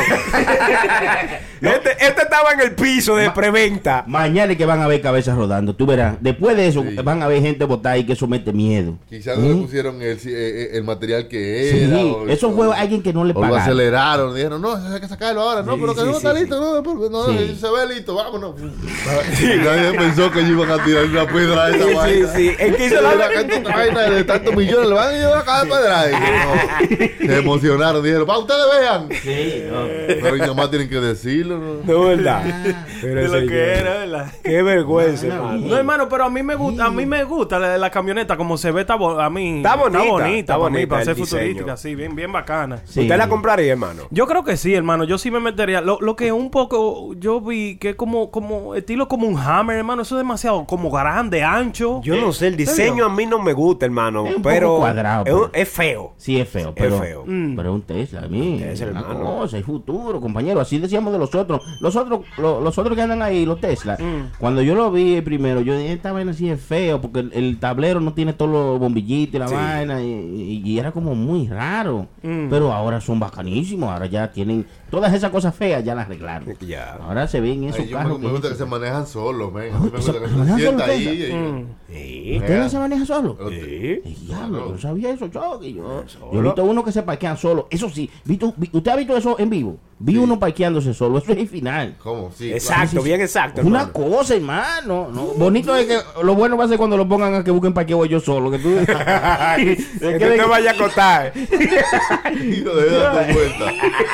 este, este estaba en el piso de preventa. Mañana es que van a ver cabezas rodando. Tú verás. Después de eso, Sí. van a ver gente botada ahí que eso mete miedo. Quizás no le pusieron el, eh, el material que Sí, era. o- eso fue o- alguien que no le O lo pagaron. aceleraron. Dijeron, no, hay que sacarlo ahora. No, Sí, pero que sí, no sí, está sí. listo. No, pero- no, Sí. se ve listo. Vámonos. Y nadie pensó que ellos iban a tirar una piedra a esa Sí, sí, vaina. sí. El que hizo Mira, la... que esta vaina de tantos millones le van a llevar a cada pedra. Y no, se emocionaron. Dijeron, para ustedes vean. Sí, no. Pero ellos nomás tienen que decirlo. ¿no? No, verdad. Pero de lo señor, que era, ¿verdad? Qué vergüenza, hermano. No, hermano, pero a mí me gusta, a mí me gusta la, la camioneta como se ve, está bo- a mí Está bonita, está bonita, está para mí, bonita para el ser diseño. futurística, sí, bien, bien bacana. Sí. ¿Usted la compraría, hermano? Yo creo que sí, hermano. Yo sí me metería. Lo, lo que un poco yo vi que es como, como estilo como un Hammer, hermano. Eso es demasiado como grande, ancho. Yo no sé, el diseño a mí no me gusta, hermano. Es un pero poco cuadrado, es, un- pero- es feo. Sí, es feo, pero, feo. Mm. pero es un Tesla, a mí. Tesla, una hermano. cosa, es futuro, compañero. Así decíamos de los otros. Los otros, lo- los otros que andan ahí, los Tesla. Mm. Cuando yo lo vi primero, yo dije, esta vaina sí es feo, porque el, el tablero no tiene todos los bombillitos y la Sí. vaina, y, y- y era como muy raro. Mm. Pero ahora son bacanísimos, ahora ya tienen todas esas cosas feas, ya las arreglaron. Ya. Ahora se ven esos Ay, yo me, carros. me gusta que se manejan solos, men. A mí me ¿se- gusta que se se manejan sienta solos ahí. ustedes? y- Mm. Sí. ¿Usted no se maneja solo? Pero- Sí. Eh, diablo, Claro. yo no sabía eso, Chucky. Yo, yo he visto uno que se parquean solo. Eso sí, ¿visto- vi- ¿usted ha visto eso en vivo? Vi Sí. uno parqueándose solo. Eso es el final. ¿Cómo? Sí. Exacto, bien exacto, Una hermano. cosa, hermano. ¿no? Bonito es que lo bueno va a ser cuando lo pongan a que busquen parqueo ellos solo. Que tú. Que tú te vayas a acotar. Claro. Y lo dejas dando vuelta.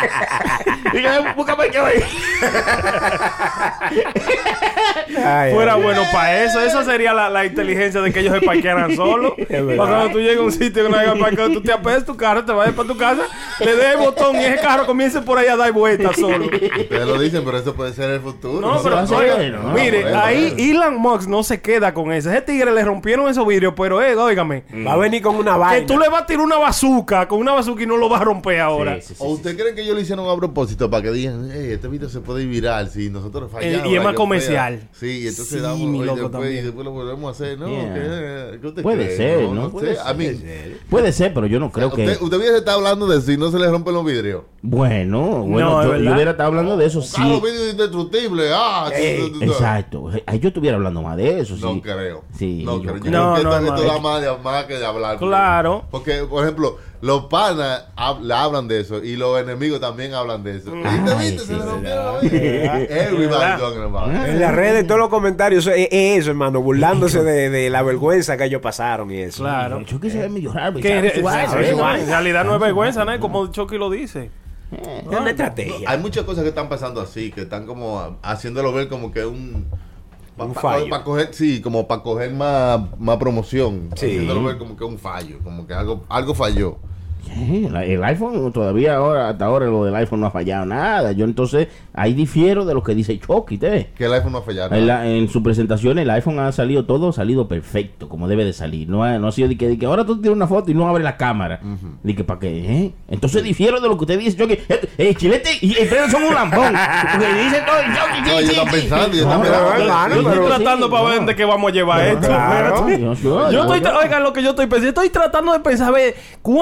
Diga, busca parqueo ahí. Ay, Fuera ay, bueno para eso. Esa sería la, la inteligencia de que ellos se parquearan solos. verdad. Para cuando tú llegues a un sitio que no haya parqueo, tú te apees tu carro, te vayas para tu casa, le des el botón y ese carro comience por ahí a dar vueltas solo. Ustedes lo dicen, pero eso puede ser el futuro. No, Eso pero va a ser, oiga, ¿no? mire, por eso, ahí por eso. Elon Musk no se queda con eso. Ese tigre le rompieron esos vidrios, pero eh, óigame, Va a venir con una que vaina. tú le vas a tirar una bazooka con una bazooka y no lo vas a romper ahora. Sí, sí, sí, ¿O sí, usted cree que ellos lo hicieron a propósito para que digan, hey, este video se puede ir viral si nosotros fallamos? Eh, y es la más que comercial. fea? Sí, y entonces Sí, damos mi y loco después, y también. después lo volvemos a hacer, ¿no? Yeah. ¿Qué, qué usted Puede cree? ser, ¿no? No Puede sé. A mí, Puede ser, pero yo no creo que. usted, usted hubiese estado hablando de si no se le rompen los vidrios. Bueno, bueno, No, es yo, yo verdad. hubiera estado hablando de eso, Un sí. carro vidrio indestructible. Ah, Ey, sí, sí, sí. Exacto. Ahí yo estuviera hablando más de eso, No sí. creo. Sí, no yo creo. Yo creo. creo No, que no, esto, no, esto es- da más de, más que de hablar. Claro. Porque, por ejemplo, los panas hab- le hablan de eso y los enemigos también hablan de eso. ¿Viste, Ay, viste? sí, Se le sí, rompieron la vida. Everybody ¿Verdad? talking about it. En las redes, todos los comentarios, es es eso, hermano, burlándose de, de la vergüenza que ellos pasaron y eso. Claro. Yo quise medio raro. Que en, ¿sabes? Su vaina, en- ¿eh? en realidad no es vergüenza, ¿no? Como Chucky lo dice. Es una estrategia. Hay muchas cosas que están pasando así, que están como a- haciéndolo ver como que un... pa- Un pa- fallo. pa coger, sí, como para coger más, más promoción. Sí. Haciéndolo ver como que un fallo, como que algo, algo falló. Sí, la- el iPhone todavía ahora, hasta ahora lo del iPhone no ha fallado nada. Yo entonces ahí difiero de lo que dice Chucky, ¿te ves? Que el iPhone no ha fallado. En, la- en su presentación el iPhone ha salido todo, ha salido perfecto, como debe de salir. No ha, no ha sido de que, de que ahora tú tienes una foto y no abre la cámara. De que para qué, ¿eh? Entonces difiero de lo que usted dice, Chucky. Eh, eh, Chilete y el freno son un lambón. Porque dice todo, Chucky, No, sí, ellos sí, están sí. pensando, ellos No, están no, mirando. hermano, Yo estoy pero tratando sí, para no. ver de qué vamos a llevar esto. Claro. Espérate. Yo, yo, Yo estoy, yo- oigan lo que yo estoy pensando. Estoy tratando de pensar, a ver, ¿cuándo el iPhone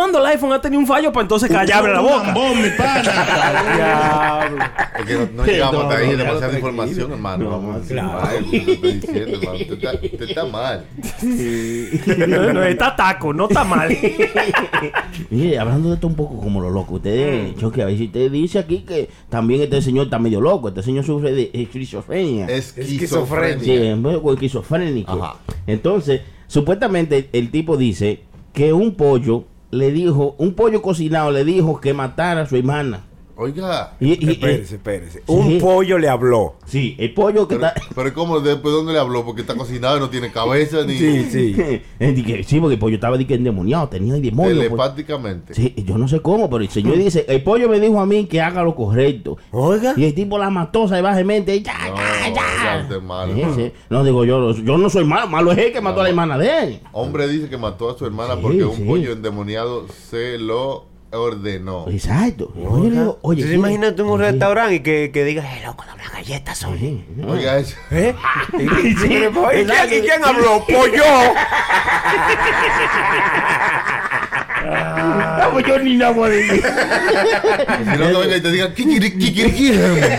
corazón ha tenido un fallo para entonces callarle la boca. Bombón, mi pana. Diablo. Es que no, no llegamos hasta ahí, No, hay no, demasiada no, información, hermano. no, Vamos a decir, claro. ay, yo te estoy diciendo, hermano. Usted está, usted está mal. No, no, está taco, no está mal. Mire, hablando de esto un poco como lo loco, usted, Choque, a ver si usted dice aquí que también este señor está medio loco, este señor sufre de esquizofrenia. Esquizofrenia. Sí, es medio esquizofrénico. Ajá. Entonces, supuestamente el tipo dice que un pollo le dijo, un pollo cocinado le dijo que matara a su hermana. Oiga. Y, y- Espérese, espérese. Sí. Un pollo le habló. sí, el pollo que Pero, está... pero ¿cómo? ¿Después dónde le habló? Porque está cocinado y no tiene cabeza ni... Sí, sí. Eh, di que- sí, porque el pollo estaba di que endemoniado, tenía el demonio. pues. Telepáticamente. Sí, yo no sé cómo, pero el señor dice, el pollo me dijo a mí que haga lo correcto. Oiga. Y el tipo la mató salvajemente. y Ya, No, ya, ya ya. usted es malo. Sí, sí. No digo yo, yo no soy malo, malo es él que mató a la hermana de él. Hombre dice que mató a su hermana Sí, porque un sí. pollo endemoniado se lo ordenó. Exacto. Yo le digo, oye, Entonces, ¿quién- imagínate en un Sí. restaurante y que, que diga, eh, loco, dame una galleta, son. Sí, no. Oiga eso. ¿Eh? ¿Y, y- y- Sí, y- ¿y quién, exacto. y quién habló? ¡Pollo! Ah, pues yo ni nada por decir. Si no, que venga y te diga, "Kikiri, kikiri,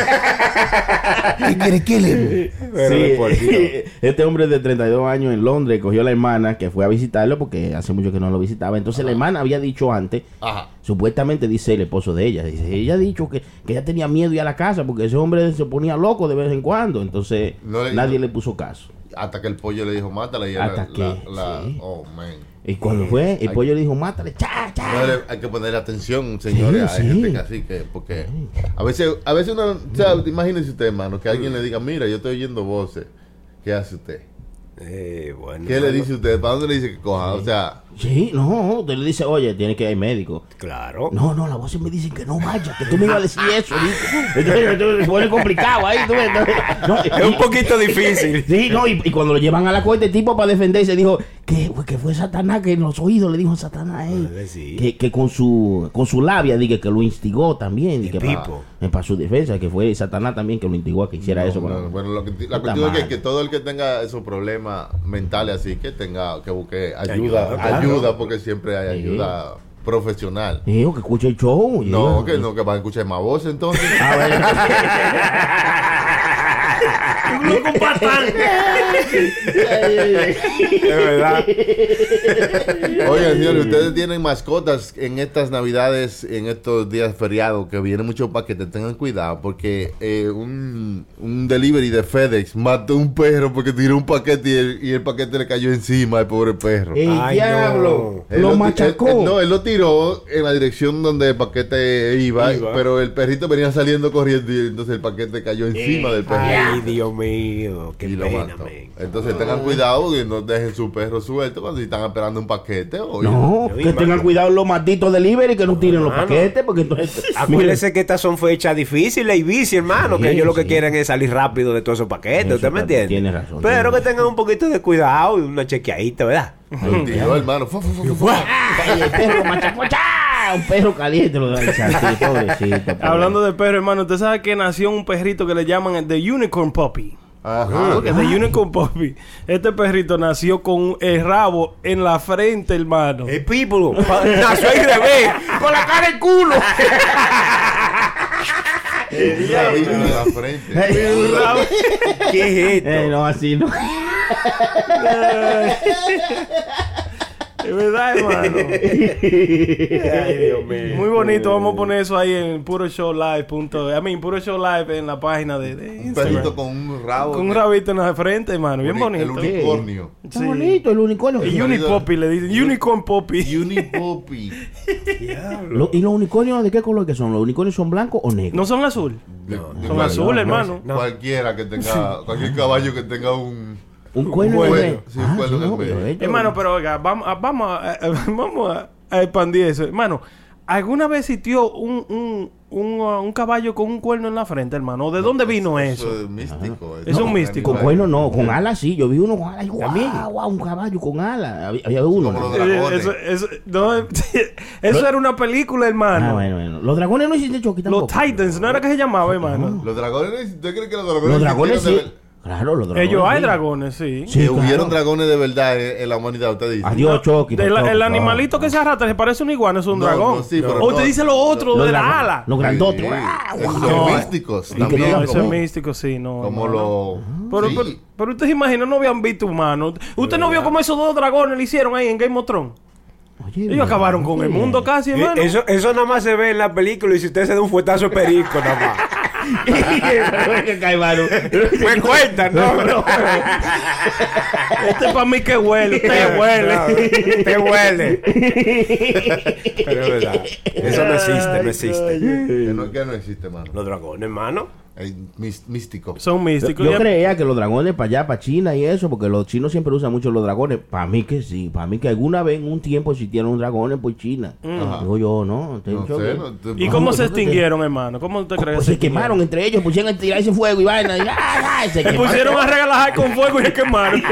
kikiri". Pero de por Sí, Dios. este hombre de treinta y dos años en Londres cogió a la hermana que fue a visitarlo porque hace mucho que no lo visitaba. Entonces la hermana había dicho antes, Ajá. supuestamente dice el esposo de ella, dice, ella ha dicho que, que ella tenía miedo de ir a la casa porque ese hombre se ponía loco de vez en cuando. Entonces No le- nadie no- le puso caso. Hasta que el pollo le dijo, mátala. Y Hasta la, que, la, la- sí. Oh, man. Y cuando fue, el Hay- pollo le dijo, mátale, cha, cha. No, le- hay que poner atención, señores. Sí, Hay sí. gente que así que, porque a veces, a veces uno, o sea, imagínese usted, hermano, que alguien le diga, mira, yo estoy oyendo voces. ¿Qué hace usted? Eh, bueno. ¿Qué le dice usted? ¿Para dónde le dice que coja? O sea, Sí, no, usted le dice, oye, tiene que ir al médico. Claro. No, no, las voces me dicen que no vaya, que tú me ibas a decir eso. ¿viste? Entonces, entonces se pone complicado ahí. ¿Tú ves? Entonces, no, Es un poquito difícil. Sí, no, y, y cuando lo llevan a la corte, el tipo para defenderse dijo que, que fue Satanás, que en los oídos le dijo Satanás a él. Ah, sí. Que, que con su con su labia, dije que lo instigó también. Dije, El para, tipo. para su defensa, que fue Satanás también que lo instigó a que hiciera eso. no, para- no, bueno, lo que, la Está cuestión es que, mal. que todo el que tenga esos problemas mentales así, que tenga, que busque ayuda, Ayuda, claro. ayuda, porque siempre hay Sí. ayuda profesional. Dijo que escuche el show. No, diga. que no, que van a escuchar más voces entonces. Ah, Un loco patán. Es verdad. Oigan, señores, ustedes tienen mascotas en estas navidades, en estos días feriados, que vienen muchos paquetes, tengan cuidado, porque eh, un, un delivery de FedEx mató un perro porque tiró un paquete y el, y el paquete le cayó encima al pobre perro. El Ay, diablo. Él Lo ti- machacó. él- él- no, él lo tiró en la dirección donde el paquete iba, Iba. pero el perrito venía saliendo corriendo y entonces el paquete cayó encima del perro. Ay, Dios mío. Qué Y lo pena, mató. men. Entonces tengan cuidado y no dejen su perro suelto cuando están esperando un paquete. O No, Yo que digo, tengan mano. cuidado los malditos delivery, que no tiren los Mano. paquetes, porque entonces... Acuérdese que estas son fechas difíciles y bici, hermano. Sí, que ellos lo que sí. quieren es salir rápido de todos esos paquetes. Eso ¿Usted me también entiende? tiene razón, Pero tiene que tengan un poquito de cuidado y una chequeadita, ¿verdad? Lo tiró, hermano. Fu, fu, fu, fu, fu. Ay, el perro machacó, ¡cha! Un perro caliente lo da el pobrecito. pobrecito. Hablando de perro, hermano, usted sabe que nació un perrito que le llaman el The Unicorn Puppy. Ajá. Porque The Unicorn Puppy. Este perrito nació con el rabo en la frente, hermano. El people pa- nació al revés, con la cara en culo. Un rabito en la frente. Un rabo. ¿Qué es esto? Eh, no, así no. Es verdad, hermano. Ay, Dios mío. Muy bonito. Vamos a poner eso ahí en Puro Show Live. Punto, I mean, Puro Show Live en la página de, de Un Instagram. perrito con un rabo. Con un rabito en la frente, hermano. Bien Uni- El bonito. unicornio. Está Sí. bonito el unicornio. El Unipoppy le dicen. Unicorn Poppy. Unipoppy. Lo- ¿Y los unicornios de qué color que son? ¿Los unicornios son blancos o negros? No son azul. De- de Son cual- azul, hermano. no. Cualquiera que tenga, cualquier caballo que tenga un. Un cuerno cuerno, de sí, un cuerno en el medio. pero esto- Hermano, pero oiga, vamos a, vamos a, a- vamos a, a expandir eso. Hermano, ¿alguna vez existió un, un, un, uh, un caballo con un cuerno en la frente, hermano? ¿De dónde vino eso? Eso es místico. Es un místico. Con animal. cuerno no, con alas sí. Yo vi uno con alas. También. Guau, guau, un caballo con alas. Había, había uno. Como ¿no? los Eh, dragones. Eso, eso, no, eso era una película, hermano. Ah, bueno, bueno. Los dragones no existen choque Los tampoco. Titans, ¿no era que se llamaba, hermano? Los dragones, ¿usted cree que los dragones Los dragones existieron sí. de- Claro, los dragones. Ellos hay sí. dragones, sí. Sí, que claro. hubieron dragones de verdad en, en la humanidad, usted dice. Adiós, Chucky. De la- por el favor. animalito que se arrastra se parece a un iguana, es un No, dragón. no, sí, pero o usted no. dice lo otro Los de la dragones, ala. Los grandotes. Sí, ¡Wow! esos wow. son No. místicos Y que también. no, No, ese es como, místico, sí, no. como no, no. los... Pero, sí. pero, pero usted se imagina, no habían visto humanos. Usted no vio cómo esos dos dragones le hicieron ahí en Game of Thrones. Oye, Ellos acabaron con el mundo casi, Y hermano. Eso, eso nada más se ve en la película y si usted se da un fuetazo de perico nada más. Me cuentan, ¿no? Este es para mí que huele, usted huele. Te huele. Pero es verdad. Eso no existe, no existe. Que no, que no existe, mano. Los dragones, hermano. Hay mis- místico. Son Yo, místicos. yo Ya- creía que los dragones para allá, para China y eso, porque los chinos siempre usan mucho los dragones. Para mí que sí, para mí que alguna vez en un tiempo existieron dragones por China. Digo yo, no. te- No yo- sé, no, te- ¿Y No, cómo pues, se no te- extinguieron, hermano? ¿Cómo usted cree que Pues se quemaron entre ellos, pusieron a tirarse fuego y vaina. Y, ¡ay, ay! Se Se quemaron. pusieron a regalajar con fuego y se quemaron.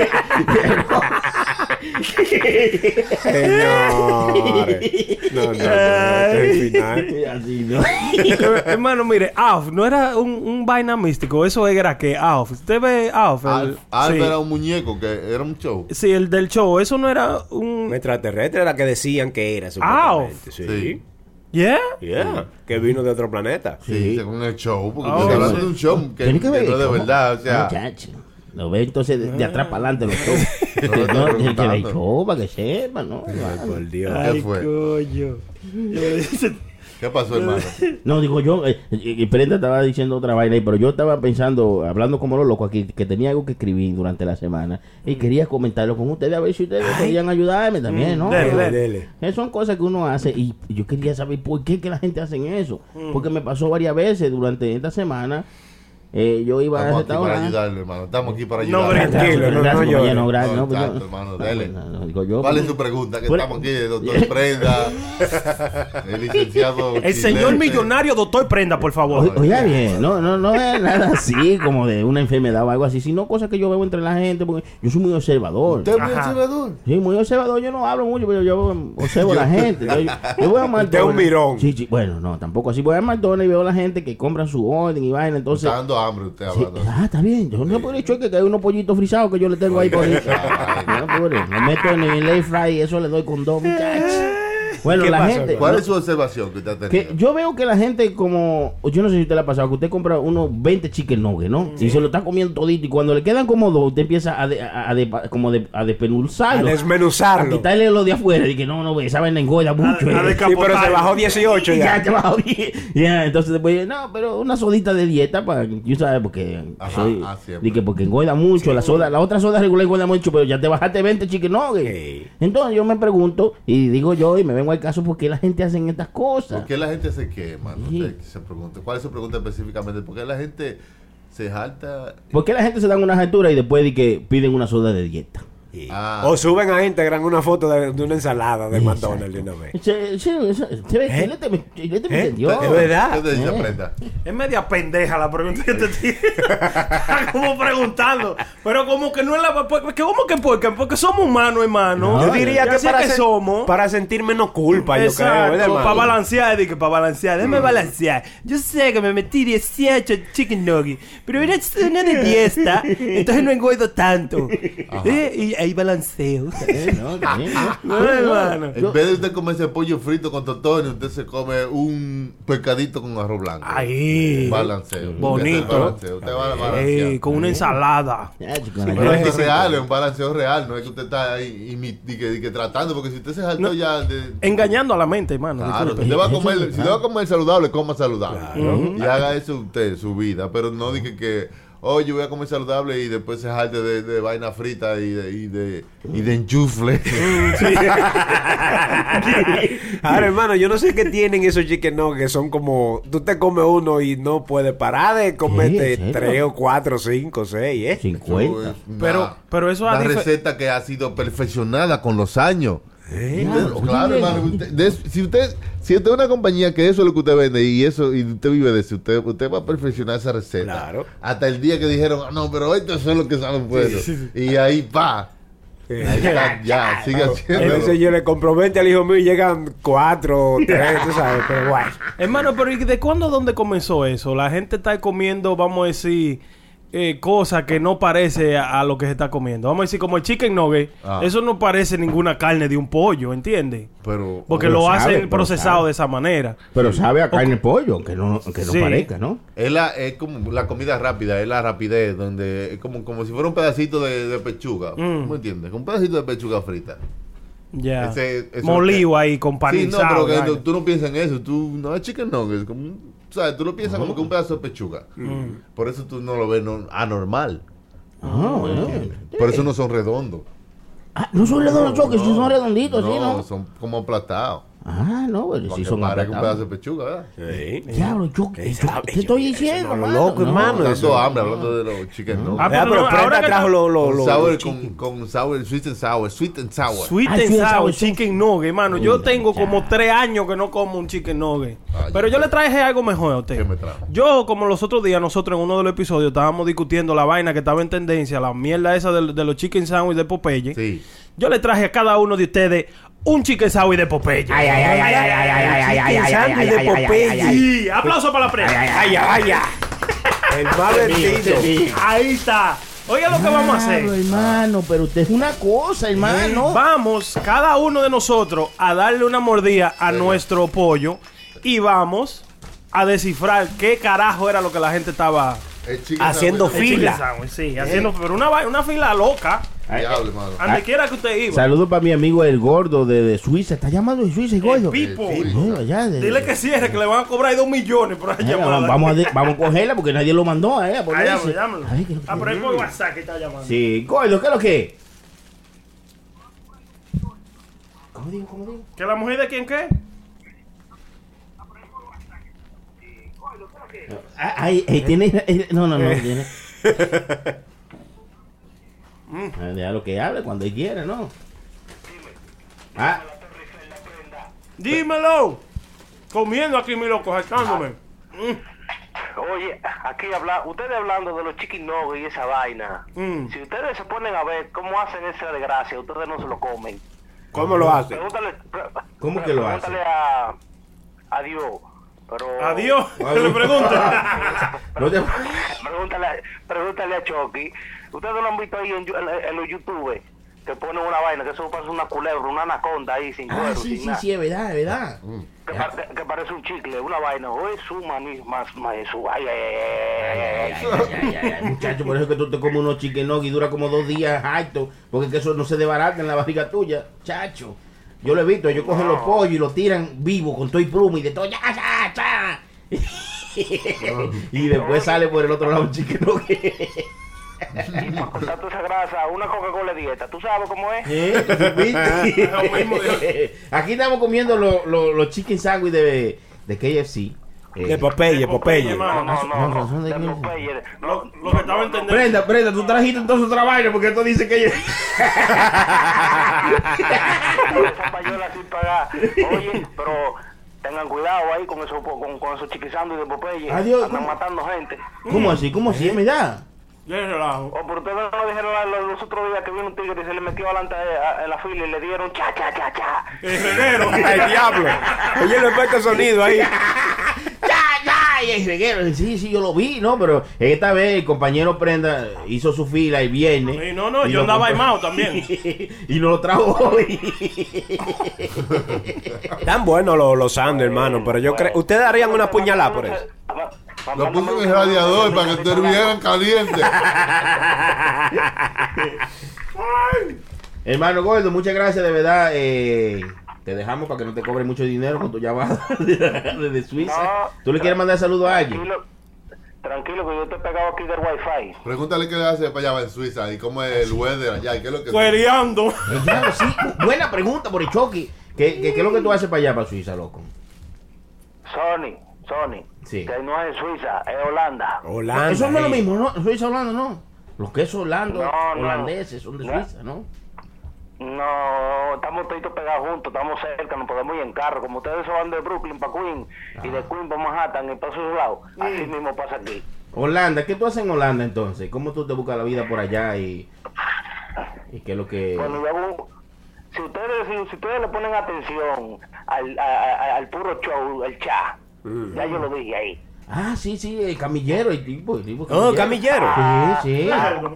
Señores. No, no, no. Este es el final. Y así, ¿no? Hermano, mire, Alf no era un, un vaina místico. Eso era que Alf. Usted ve Alf. el- Alf, Alf sí. era un muñeco que era un show. Sí, el del show. Eso no era un. Un extraterrestre era que decían que era, Ah, supuestamente. Sí. sí. ¿Yeah? Yeah. Que vino de otro planeta. Sí, según el show. Porque Oh, tú estás hablando sí. de un show que, Tiene que que ver. no es de ¿cómo? verdad. O sea, Muchacho. Lo ve entonces de, de atrás para adelante los dos. No, No, no, no, estoy que le preguntando. echó para que sepa, ¿no? Ay, por Dios. ¿Qué Ay, fue? coño. ¿Qué pasó, hermano? No, digo yo, eh, y Prenda estaba diciendo otra vaina ahí, pero yo estaba pensando, hablando como lo loco aquí, que tenía algo que escribir durante la semana y quería comentarlo con ustedes a ver si ustedes podían ayudarme también, ¿no? Dele, Dele, dele. dele. Esas son cosas que uno hace y yo quería saber por qué que la gente hace eso. Porque me pasó varias veces durante esta semana. Eh, yo iba Estamos a aquí para restaurar. ayudarle, hermano. Estamos aquí para No, ayudarle. tranquilo, no, Gracias, no compañero, llores. no, gracias, No, no, pues yo- exacto, hermano, dele. No, no, digo yo, ¿Cuál es pues- su pregunta? Que Bueno, estamos aquí, doctor Prenda, el licenciado. El señor Chilete. millonario, doctor Prenda, por favor. O- Oiga bien, no, no, no es nada así como de una enfermedad o algo así, sino cosas que yo veo entre la gente, porque yo soy muy observador. ¿Usted es muy Ajá. observador? Sí, muy observador, yo no hablo mucho, pero yo observo a la gente. Yo, yo voy a McDonald's. Usted es un mirón. Sí, sí, bueno, no, tampoco así. Voy a McDonald's y veo a la gente que compran su orden y vaina, entonces... Está dando hambre usted Sí, hablando. ah, está bien. Yo no puedo decir que hay unos pollitos frisados que yo le tengo ahí por ahí. No, pobre, lo meto en el air fry y eso le doy con dos, muchachos. Bueno, ¿Qué la pasó, gente... ¿Cuál es su observación que usted ha Que tenido? yo veo que la gente como... Yo no sé si usted le ha pasado, que usted compra unos veinte chicken nuggets, ¿no? Y se lo está comiendo todito. Y cuando le quedan como dos, usted empieza a, de- a, a de- como de- a A despenulzarlo. A desmenuzarlo. quitarle lo de afuera. Y que no, no, esa vaina engorda mucho. a eh. deca- Sí, pero se bajó dieciocho Ya, ya. te bajó bien. Ya, entonces después, no, pero una sodita de dieta para, yo sabes, porque Ajá, soy, ah, siempre. dije, porque engorda mucho, la soda, la otra soda regular engorda mucho, pero ya te bajaste veinte chicken nuggets. Sí. Entonces yo me pregunto, y digo yo, y me vengo al caso, ¿por qué la gente hace estas cosas? ¿Por qué la gente se quema? No Sí. sé, se pregunta. ¿Cuál es su pregunta específicamente? ¿Por qué la gente se jalta? ¿Por qué la gente se dan unas alturas y después de que piden una soda de dieta? Sí. Ah. O suben a Instagram una foto de, de una ensalada de McDonald's de una vez. Se, se, se, se ve, ¿Eh? Chilete me, Chilete me ¿Eh? entendió. Es verdad. ¿Qué te dice Eh. Prenda? Es media pendeja la pregunta que te tiene. Está como preguntando. Pero como que no es la... Porque ¿cómo que porque? Porque somos humanos, hermano. No, Yo diría Ya que sé para, que sen- somos. para sentir menos culpa, yo creo, Exacto, ¿verdad, hermano? para balancear, dije, para balancear, déjame balancear. Yo sé que me metí dieciocho chicken nuggets, pero era una de dieta, entonces no engordo tanto. Eh, Y ahí balanceo. Eh, no, está bien, ¿no? No, hermano. En vez de usted comerse pollo frito con tostones, usted se come un pescadito con arroz blanco. Ahí. Balanceo. Bonito. Usted balanceo, usted va a balancear. Ey, con una ensalada. Ya, chico, la Pero gente- esto es real, es un balanceo real, no es que usted está ahí imi- di que, di que tratando, porque si usted se saltó No. ya de... Engañando a la mente, hermano. Claro, disculpe. si usted va a comer, si usted va a comer saludable, coma saludable. Claro. Y haga eso usted, su vida, pero no diga que, oye, yo voy a comer saludable y después se jalte de, de vaina frita y de, y de, y de enchufle. Ahora, hermano, yo no sé qué tienen esos chicken nuggets que son como... Tú te comes uno y no puedes parar de comerte ¿en serio? tres o cuatro, cinco, seis, ¿eh? cincuenta. Pero- pero eso una a dife- receta que ha sido perfeccionada con los años. ¿Eh? Usted- Oye, claro, hermano. usted- de- si usted si usted es una compañía que eso es lo que usted vende y eso y usted vive de eso, usted, usted va a perfeccionar esa receta. Claro. Hasta el día que dijeron, "Ah, no, pero esto es lo que saben bueno. Y ahí pa. Ahí está, ya, sigue A haciendo. veces yo le compro veinte al hijo mío y llegan cuatro, tres, tú sabes, pero guay. Hermano, pero ¿y de cuándo, dónde comenzó eso? La gente está comiendo, vamos a decir, eh, cosa que no parece a, a lo que se está comiendo. Vamos a decir, como el chicken nugget, Ah. eso no parece ninguna carne de un pollo, ¿entiendes? Pero, Porque pero lo sabe, hacen pero procesado sabe. de esa manera. Pero sabe a carne de pollo, aunque no, aunque no Sí. parezca, ¿no? es, la, es como la comida rápida, es la rapidez, donde es como, como si fuera un pedacito de, de pechuga. Mm. ¿Me entiendes? Un pedacito de pechuga frita. Ya. Ese- eso- Molido ahí, Sí, companizado. no, pero que vaina. tú, tú no piensas en eso. Tú no es chicken nuggets. Como, ¿sabes? Tú lo piensas como que un pedazo de pechuga. Por eso tú no lo ves no- anormal. Ah, bueno. Por eso no son redondos. Ah, no son redondos, Choque, sí son redonditos, ¿sí, no? son como aplastados. Ah, no, pero sí Porque son parece un pedazo aplatados. de pechuga, ¿verdad? Sí. Diablo, Choque, Qué Choque, sabe, te estoy Choque, diciendo, eso no, mano. loco, hermano. Dando eso- hambre hablando de los chicken nuggets. Ah, Ah, pero no, Prenda ahora que trajo está- lo, lo, Con lo, sour, los con, chicken. con sour, sweet and sour, sweet and sour. Sweet Ah, and sweet and sour sour, chicken nugget, mano. Yo tengo como tres años que no como un chicken nugget. Ay, Pero yo le traje algo mejor a usted. ¿Qué me trajo? Yo, como los otros días, nosotros en uno de los episodios estábamos discutiendo la vaina que estaba en tendencia, la mierda esa de, de los chicken sandwich de Popeye. Sí. Yo le traje a cada uno de ustedes un chicken sandwich de Popeye. Ay, ay, ay, ay, ay, ay, ay, ay, ay, ay, ay, ay, sándwich ay, de ay, ay, Popeye. ay, ay. Sí, aplauso para la prensa. Vaya, vaya. El más vendido. Ahí está. Oiga lo que vamos a hacer. Claro, hermano, pero usted es una cosa, hermano. Vamos, cada uno de nosotros, a darle una mordida a nuestro pollo y vamos a descifrar qué carajo era lo que la gente estaba El chicken Haciendo sandwich. el chicken Fila. sandwich, sí, haciendo, pero una, va- una fila loca. Diablo, mano. A donde quiera que usted iba. Saludos para mi amigo el gordo de, de Suiza. Está llamando de Suiza, el gordo. Pipo. El Bueno, allá de- Dile que cierre, que le van a cobrar ahí dos millones por esa Eh, llamada. vamos, a de- vamos a cogerla porque nadie lo mandó a ella. Ah, llámalo, llámalo. Ay, que- Ah, pero es por WhatsApp que está llamando. Sí, gordo, ¿qué es lo que? ¿Cómo digo? ¿Cómo digo? ¿Que la mujer de quién qué? Ah, Ay, ay, tiene. eh, No, no, no. Tiene. Ah, deja lo que hable cuando él quiera, ¿no? Ah, Dímelo. Comiendo aquí, mi loco, jaltándome. Oye, aquí habla, ustedes hablando de los chicken nuggets y esa vaina. Mm. Si ustedes se ponen a ver cómo hacen esa desgracia, ustedes no se lo comen. ¿Cómo lo hace? Pregúntale, pre- ¿Cómo que lo pregúntale a, a Dios. Pero, Adiós. Que le pregunte. no te- Pregúntale, a- pregúntale a Chucky. Ustedes no lo han visto ahí en, en- en los YouTube que ponen una vaina, que eso parece una culebra, una anaconda ahí sin Ah, cuero, sí, sin sí, nada. sí, es verdad, es verdad. Que, pa- que- que parece un chicle, una vaina. O es su maní, más, más eso. Ay, ay, ay, ay, ay, ay. Ay, ay, ay, muchacho, por eso es que tú te comes unos chicken nuggets y dura como dos días alto, porque que eso no se desbarata en la barriga tuya, chacho. Yo lo he visto, ellos cogen los pollos y los tiran vivos con todo y pluma y de todo, ya, ya, ya. Y después sale por el otro lado un chicken nugget. Y para cortar toda esa grasa, una Coca-Cola dieta. ¿Tú sabes cómo es? ¿Eh? ¿Tú supiste? Lo mismo de- Aquí estamos comiendo los los- los chicken sandwich de, de K F C. Eh, De Popeye, Popeye. No, no, no, no. razón de de qué. Popeye. Lo, No, lo que estaba entendiendo. Brenda, Brenda, tú trajiste entonces otra vaina porque esto dice que... esa payola sin pagar. Oye, pero tengan cuidado ahí con esos con, con esos chiquisando de Popeye. Adiós, Andan ¿cómo? matando gente. ¿Cómo así? ¿Cómo así? ¿Es verdad? Ya relajo. O por ustedes no dijeron la- los, los otros días que vino un tigre y se le metió adelante a- a- en la fila y le dieron cha, cha, cha, cha. El reguero. ¡Ay, diablo! Oye, el efecto de sonido ahí. ¡Ya, ya! Y el reguero. Sí, sí, yo lo vi, ¿no? Pero esta vez el compañero Prenda hizo su fila el viernes. Sí, no, no, y yo lo andaba compró. aimado también. Y nos lo trajo hoy. Tan buenos los, los sándwiches, hermano. Pero yo creo. ¿Ustedes darían una puñalada por eso? Lo puse en el radiador para que estuvieran calientes. Hermano Gordo, muchas gracias, de verdad. Eh, te dejamos para que no te cobre mucho dinero con tu llamada desde Suiza. No, ¿Tú le quieres mandar saludos a alguien? Tranquilo, tranquilo que yo te he pegado aquí del wifi. Pregúntale qué le hace para allá en Suiza y cómo es el weather allá y qué es lo que... Cuereando. Eh, claro, sí. Buena pregunta por el choque. ¿Qué, qué, qué es lo que tú haces para allá, para Suiza, loco? Sony, Sony. Sí. Que no es Suiza, es Holanda. Holanda. Eso no es lo eh. mismo, ¿no? Suiza, Holanda, no. Los quesos holandos, No, no. holandeses son de No. Suiza, ¿no? No, estamos todos pegados juntos, estamos cerca, nos podemos ir en carro. Como ustedes se van de Brooklyn para Queen y de Queen para Manhattan y para esos lados, así mismo pasa aquí. Holanda, ¿qué tú haces en Holanda entonces? ¿Cómo tú te buscas la vida por allá y, y qué es lo que... Bueno, yo hago- si ustedes si, si ustedes le ponen atención al, a- a- al puro show, el cha, ya yo lo dije ahí. Ah, sí, sí, el camillero, el tipo, el tipo Oh, camillero. Sí, sí.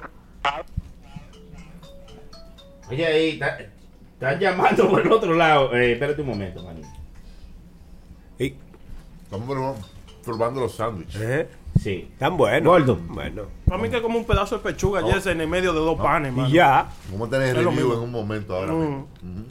Oye, ahí, está- están llamando por el otro lado. Eh, espérate un momento, man. Y- Estamos probando- probando los sándwiches. ¿Eh? Sí. Tan bueno. Gordo. Bueno. Para mí que es como un pedazo de pechuga, No. ya es en el medio de dos panes, mano. Y ya. Vamos a tener Es lo review mismo. en un momento ahora Mm. mismo.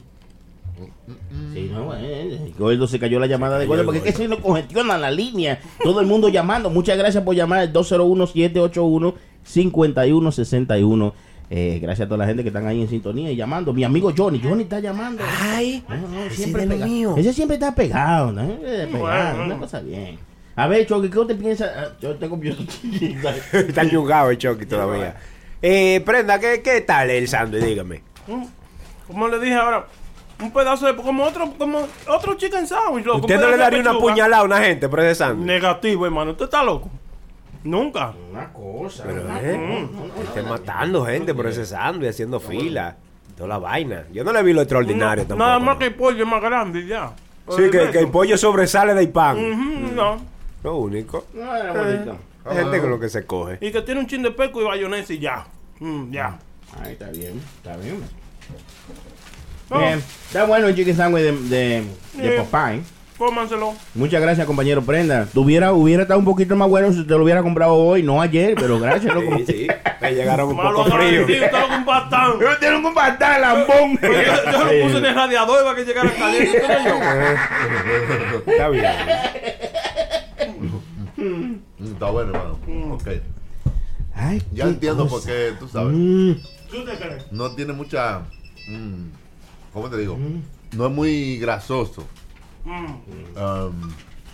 Sí, no, eh, Gordo se cayó la llamada de Gordo porque es que se nos congestiona la línea. Todo el mundo llamando. Muchas gracias por llamar al dos cero uno, siete ocho uno, cinco uno seis uno. Eh, gracias a toda la gente que están ahí en sintonía y llamando. Mi amigo Johnny, Johnny está llamando. Ay, No, no, ese siempre de lo pega- mío. Ese siempre está pegado, ¿no? Eh, pegado, Bueno. una cosa bien. A ver, Choque, ¿qué usted piensa? Ah, Yo tengo yo Está ñugado el Chucky todavía. Eh, Prenda, ¿qué, ¿qué tal el sándwich? Dígame. Mm. Como le dije ahora, un pedazo de... Como otro, como otro chicken sandwich, loco. ¿Usted un no le pedazo de daría una pechuga. puñalada a una gente por ese sándwich? Negativo, hermano. ¿Usted está loco? Nunca. Una cosa. Pero, una ¿eh? cosa. Esté matando gente por ese sándwich, haciendo fila. Toda la vaina. Yo no le vi lo extraordinario No, tampoco. nada más ¿no? que el pollo es más grande y ya. Sí, que, que el pollo sobresale del pan. Ujú, no. Lo único. No, era bonito. Hay gente con lo que se coge. Y que tiene un chin de peco y bayonesa y ya. Mm, ya. Ahí está bien, está bien. No, Bien, está bueno el chicken sandwich de, de, de Sí. Popeye. cómanselo. Muchas gracias, compañero Prenda. Tuviera, hubiera estado un poquito más bueno si te lo hubiera comprado hoy, no ayer, pero gracias, loco. Sí, sí. Me llegaron un Malo poco frío. Sí, usted lo compatan. Yo tengo que compartir lambón. Yo, yo lo puse en el radiador para que llegara caliente. ¿Usted no yo? Está bien. Mm, Está bueno, hermano. Ok. Ay, Ya qué entiendo cosa. por qué, tú sabes. Mm, ¿Tú te crees? No tiene mucha. mm, ¿Cómo te digo? No es muy grasoso. Mm. Um,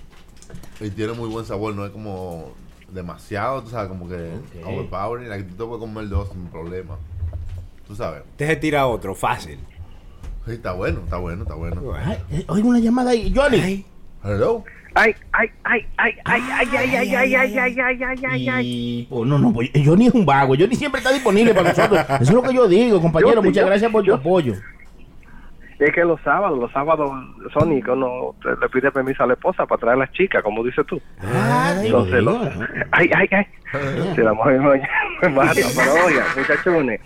y tiene muy buen sabor. No es como demasiado, tú sabes, como que Ok. overpowering. Aquí tú te puedes comer dos sin problema. Tú sabes. Te se tira otro, fácil. Sí, está bueno, está bueno, está bueno. Bueno. ay, eh, oiga una llamada ahí, Johnny. Hello. Ay, ay, ay, ay, ay, ay, ay, ay, ay, ay, ay, ay, ay, ay, ay. Y, pues, no, no, pues, Johnny es un vago. Johnny siempre está disponible para nosotros. Eso es lo que yo digo, compañero. Yo sí, Muchas yo- gracias por tu yo- apoyo. Es que los sábados, los sábados, Sonic uno le pide permiso a la esposa para traer a las chicas, como dices tú. Ay, Entonces, lo- Dios. ay, ay, ay. Se la mujer me me mata, pero oiga, muchachones.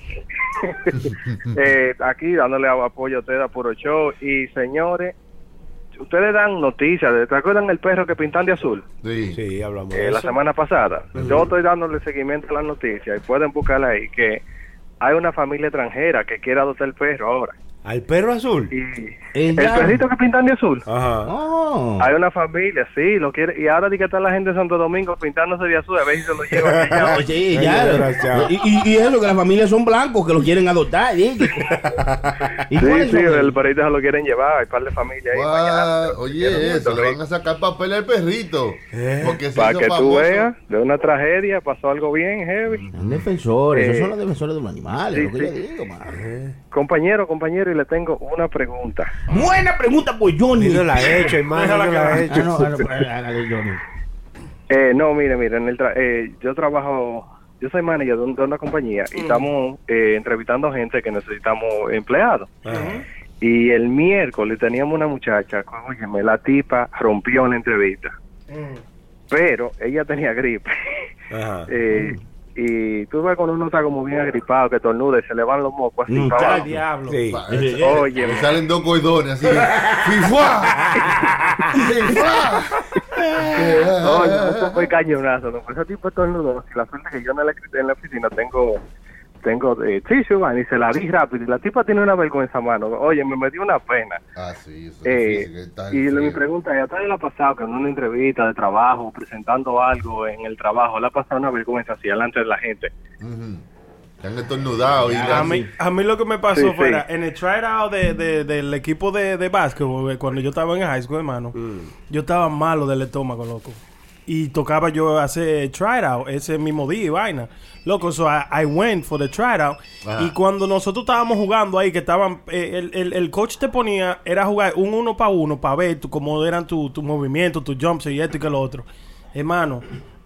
eh, aquí dándole apoyo a ustedes a Puro Show. Y señores, ustedes dan noticias. ¿Te acuerdan el perro que pintan de azul? Sí. Sí, hablamos Eh, de la eso. semana pasada. Yo estoy dándole seguimiento a las noticias y pueden buscarla ahí que hay una familia extranjera que quiere adoptar el perro ahora. ¿Al perro azul? Y El el ya- perrito que pintan de azul. Ajá. Oh. Hay una familia, sí, lo quiere. Y ahora di que está la gente de Santo Domingo pintándose de azul, a ver si se lo llevan allá. No, sí, Ay, ya. desgraciado. Y, y, y eso, que las familias son blancos, que los quieren adoptar. ¿Sí? ¿Y Sí, cuáles sí, son? el perrito se lo quieren llevar, hay un par de familias ahí. mañana. Guau, oye, eso, le van a sacar papel al perrito. Porque se Para hizo que tú famoso. veas, de una tragedia pasó algo bien heavy. Son defensores, esos Eh, son los defensores de los animales, sí, lo que sí. yo digo, man. Compañero, compañero, y le tengo una pregunta. Buena pregunta por Johnny. Ni no la he hecho, hermano. No la he Ah, hecho. no, ah, no, hágale, Johnny. Eh, no, mire, mire, en el tra- eh, yo trabajo, yo soy manager de, un- de una compañía y estamos eh, entrevistando gente que necesitamos empleados. Ajá. Y el miércoles teníamos una muchacha, óyeme, la tipa rompió en la entrevista, pero ella tenía gripe. Ajá. Eh, y tú ves cuando uno está como bien agripado, que tornuda y se le van los mocos así Mm, para Al abajo. diablo. Sí. Pa- Eh, eh, Oye, me salen dos coidones así. ¡Fifua! ¡Fifua! Oye, eso fue cañonazo, ¿no? Ese tipo de tornudo, la suerte que yo en la, en la oficina tengo tengo eh, tissue, man, y se la di rápido, y la tipa tiene una vergüenza, mano. Oye, me, me dio una pena. Ah, sí, eso es Eh, difícil, que está y en mi frío. pregunta es, ¿a usted le ha pasado que en una entrevista de trabajo, presentando algo en el trabajo, le ha pasado una vergüenza así delante de la gente? Ujú. Se han estornudado y A la- mí, a mí lo que me pasó Sí, fuera, sí. en el tryout de, de, del equipo de, de básquetbol, eh, cuando yo estaba en high school, hermano, Mm. yo estaba malo del estómago, loco. Y tocaba yo hacer tryout ese mismo día y vaina. Loco, so I, I went for the tryout. Ajá. Y cuando nosotros estábamos jugando ahí, que estaban, eh, el, el, el coach te ponía, era jugar un uno para uno para ver tu, cómo eran tus tu movimientos, tus jumps y esto y que lo otro. Hermano,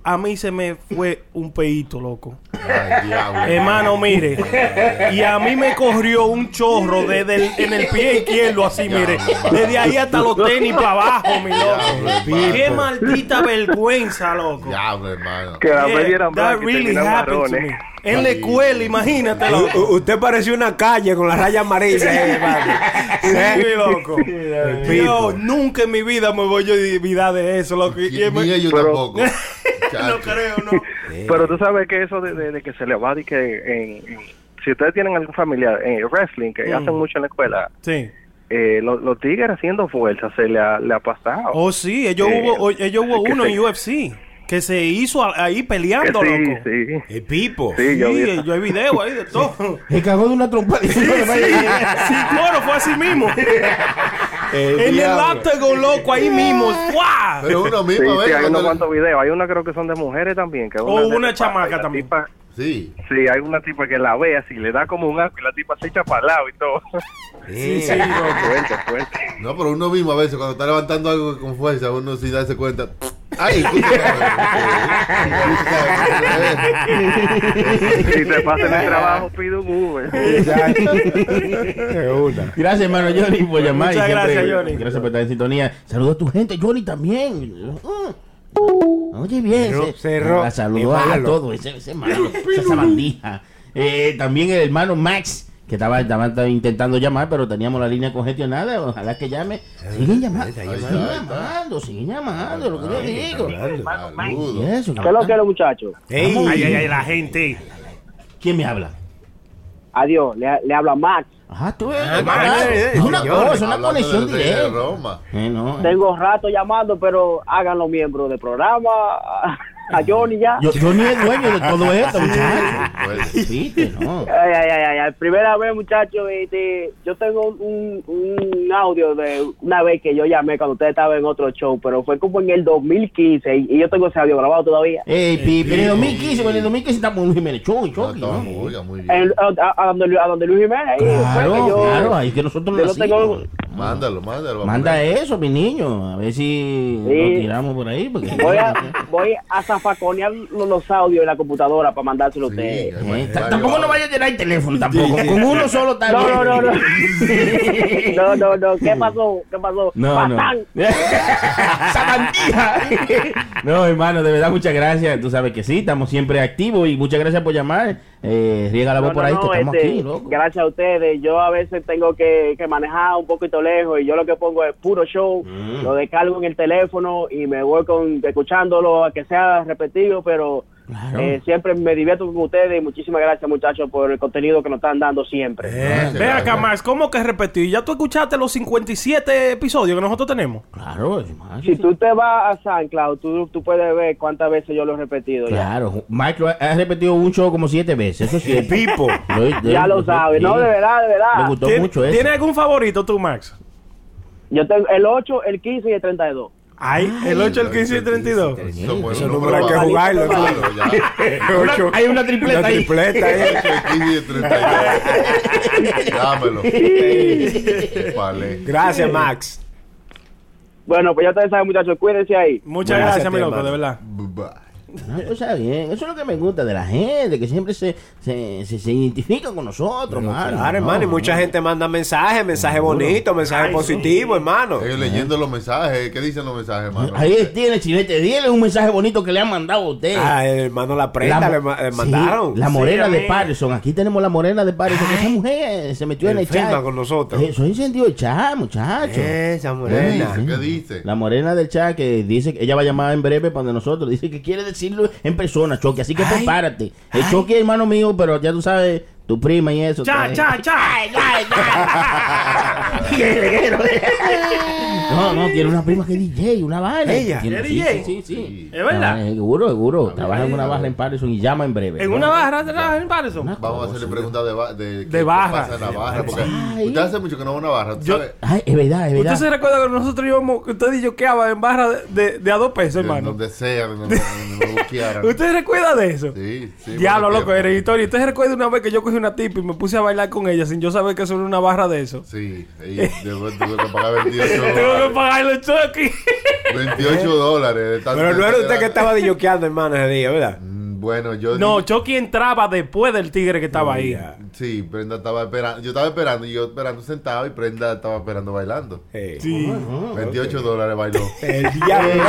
a mí se me fue un peito, loco. Ay, diablo. Hermano, mire. Y a mí me corrió un chorro desde el, en el pie izquierdo, así, mire. Desde ahí hasta los tenis para abajo, mi loco. Diablo, Qué maldita vergüenza, loco. Diablo, hermano. Que la Yeah, media eran that blancas y really terminaban happened to marrones. me. En la escuela, imagínate, loco. U- usted pareció una calle con la raya amarilla, eh, hermano. Sí, loco. Yo nunca en mi vida me voy a olvidar de eso, loco. Y- y me- Ni ellos Pero- tampoco. No Chacho. creo, no. Pero tú sabes que eso de, de, de que se le va de que en, en- si ustedes tienen algún familiar en wrestling que Mm. hacen mucho en la escuela, Sí. eh, los, los tigres haciendo fuerza se le ha, le ha pasado. Oh, sí, ellos Eh, hubo, ellos hubo que uno se- en U F C que se hizo a- ahí Que peleando, sí, loco. sí. El Pipo. Sí, Sí, yo vi eso. yo hay video ahí de todo. Se cagó de una trompa. Sí, claro, fue así mismo. En el diablo. octagon, loco, ahí mismo. ¡Fua! Pero uno Sí, mismo, sí, ¿ves? hay unos Cuando- cuantos videos. Hay una creo que son de mujeres también. Que O una, una de- chamaca y la también. tipa- Sí. sí, hay una tipa que la ve así, le da como un asco y la tipa se echa para el lado y todo. Sí, sí, fuerte, fuerte. No, pero uno mismo a veces cuando está levantando algo con fuerza, uno sin darse cuenta. ¡Ay! Si te pasa en el trabajo, pide un Uber. De una. Gracias, hermano Johnny, por llamar. Muchas y siempre- gracias, Johnny. Gracias por estar en sintonía. Saludos a tu gente, Johnny también. Mm. Oye, bien. Cerró, se- cerró. Ah, Saludó Es a malo. todo, ese, ese malo, esa sabandija. Eh, también el hermano Max, que estaba, estaba, estaba intentando llamar, pero teníamos la línea congestionada. Ojalá que llame. Siguen llamando, siguen llamando, siguen llamando, lo que yo digo. Y eso, ¿Qué es lo que es, muchachos? Ey. Ay, ay, ay, la gente. ¿Quién me habla? Adiós, le, le habla Max. Ajá, tú Ah, eres. Max, Ah, eh, es una señor. cosa, una Hablando conexión de- de directa. Roma. Eh, no, eh. Tengo rato llamando, pero háganlo miembros del programa. A, a Johnny ya. Yo, yo ni es dueño de todo esto, muchachos. Pues, Viste, no. Ay, ay, ay, ay, ay. Primera vez, muchachos, este, yo tengo un, un audio de una vez que yo llamé cuando usted estaba en otro show, pero fue como en el dos mil quince y, y yo tengo ese audio grabado todavía. Ey, Pi, pero en el dos mil quince, pero en el dos mil quince estamos en Luis Jiménez Show y no, Chucky, estaba ¿no? muy, oiga, muy bien. En- a, a donde, a donde Luis Jiménez, ahí Claro, fue que yo, claro, ahí que nosotros yo lo lo tengo. hacemos. Mándalo, mándalo. Manda eso, mi niño, a ver si Sí. lo tiramos por ahí. Porque... Voy a, voy a zafaconear los, los audios en la computadora para mandárselo a Sí, usted. Eh, t- tampoco no vaya a llenar el teléfono, tampoco. Con uno solo está No, bien. no, no, no. No, no, no. ¿Qué pasó? ¿Qué pasó? No, no. Patán. ¡Sabandija! No, hermano, de verdad, muchas gracias. Tú sabes que sí, estamos siempre activos y muchas gracias por llamar. Eh, riega la voz No, por no, ahí no, que estamos este, aquí, loco. Gracias a ustedes. Yo a veces tengo que, que manejar un poquito lejos y yo lo que pongo es puro show. Mm. Lo descargo en el teléfono y me voy con escuchándolo, a que sea repetido, pero Claro. eh, siempre me divierto con ustedes y muchísimas gracias, muchachos, por el contenido que nos están dando siempre. Eh, ve acá, Max, ¿cómo que repetir? ¿Ya tú escuchaste los cincuenta y siete episodios que nosotros tenemos? Claro, hermano. Si tú te vas a SoundCloud, tú, tú puedes ver cuántas veces yo lo he repetido. ya. Claro, Mike lo ha- ha repetido un show como siete veces, eso sí. El Pipo. Lo- Ya lo lo- sabes, sí. no, de verdad, de Me verdad. gustó ¿Tien- mucho eso. ¿Tienes algún favorito tú, Max? Yo tengo el ocho, el quince y el treinta y dos. Ay, el ocho, el quince y el treinta y dos. Eso fue Esos un números hay que número jugarlo. bajo. ¿no? Claro, ya. Ocho. Hay una tripleta Una ahí. tripleta ahí. Ocho, quince y treinta y dos. Dámelo. Vale. Gracias, Max. Bueno, pues ya ustedes saben, muchachos, cuídense ahí. Muchas Gracias, gracias, mi loco, hermano. de verdad. Bye. No, eso está bien, eso es lo que me gusta de la gente, que siempre se, se, se, se identifica con nosotros, mano. Claro, hermano. Y mucha gente manda mensajes, mensajes bonitos, mensajes positivos, hermano. Ellos leyendo los mensajes. ¿Qué dicen los mensajes, hermano? Ahí tiene, Chilete, dile un mensaje bonito que le han mandado a usted. Ah, el hermano la prenda La- le, ma- le sí, mandaron. la morena Sí, de amigo. Patterson. Aquí tenemos la morena de Patterson. Esa mujer se metió en el Enferma chat. con nosotros. Eso encendió el chat, muchacho. Esa ¿Qué morena. dice? ¿Qué dice? La morena del chat que dice que ella va a llamar en breve para nosotros. Dice que quiere decirlo en persona, Chucky. Así que prepárate. El Chucky es hermano mío, pero ya tú sabes, tu prima y eso. Cha, te- cha, cha. No, no, tiene una prima que es D J, una vaina. ¿Ella? Tiene- ¿Es sí, D J? Sí, sí, sí. ¿Es verdad? Ah, seguro, seguro. Trabaja en una barra en Patterson y llama en breve. En ¿no? una barra de en Patterson. Una Vamos a cosa. hacerle preguntas de, ba- de, De barra. ¿Qué pasa en la barra? Porque Ay. usted hace mucho que no va a una barra. ¿tú Yo- sabes? Ay, es verdad, es ¿Usted verdad. se recuerda que nosotros íbamos, que usted y yo quedaban en barra de, de, de a dos pesos, De hermano? donde sea, donde donde me buquearan. ¿Usted recuerda de eso? Sí, sí. Diablo, bueno, loco, tiempo. era historia. ¿Usted se recuerda una vez que yo cogí una tipa y me puse a bailar con ella sin yo saber que eso era una barra de eso? Sí, y después tuve que pagar veintiocho Tengo que pagar los choques. veintiocho dólares. Pero no era usted que estaba dilloqueando, hermano, ese día, ¿verdad? Bueno, yo... No, di- Chucky entraba después del tigre que estaba ahí. Sí, Prenda estaba esperando. Yo estaba esperando y yo esperando sentado y Prenda estaba esperando bailando. Hey. Sí. veintiocho dólares bailó. El diablo.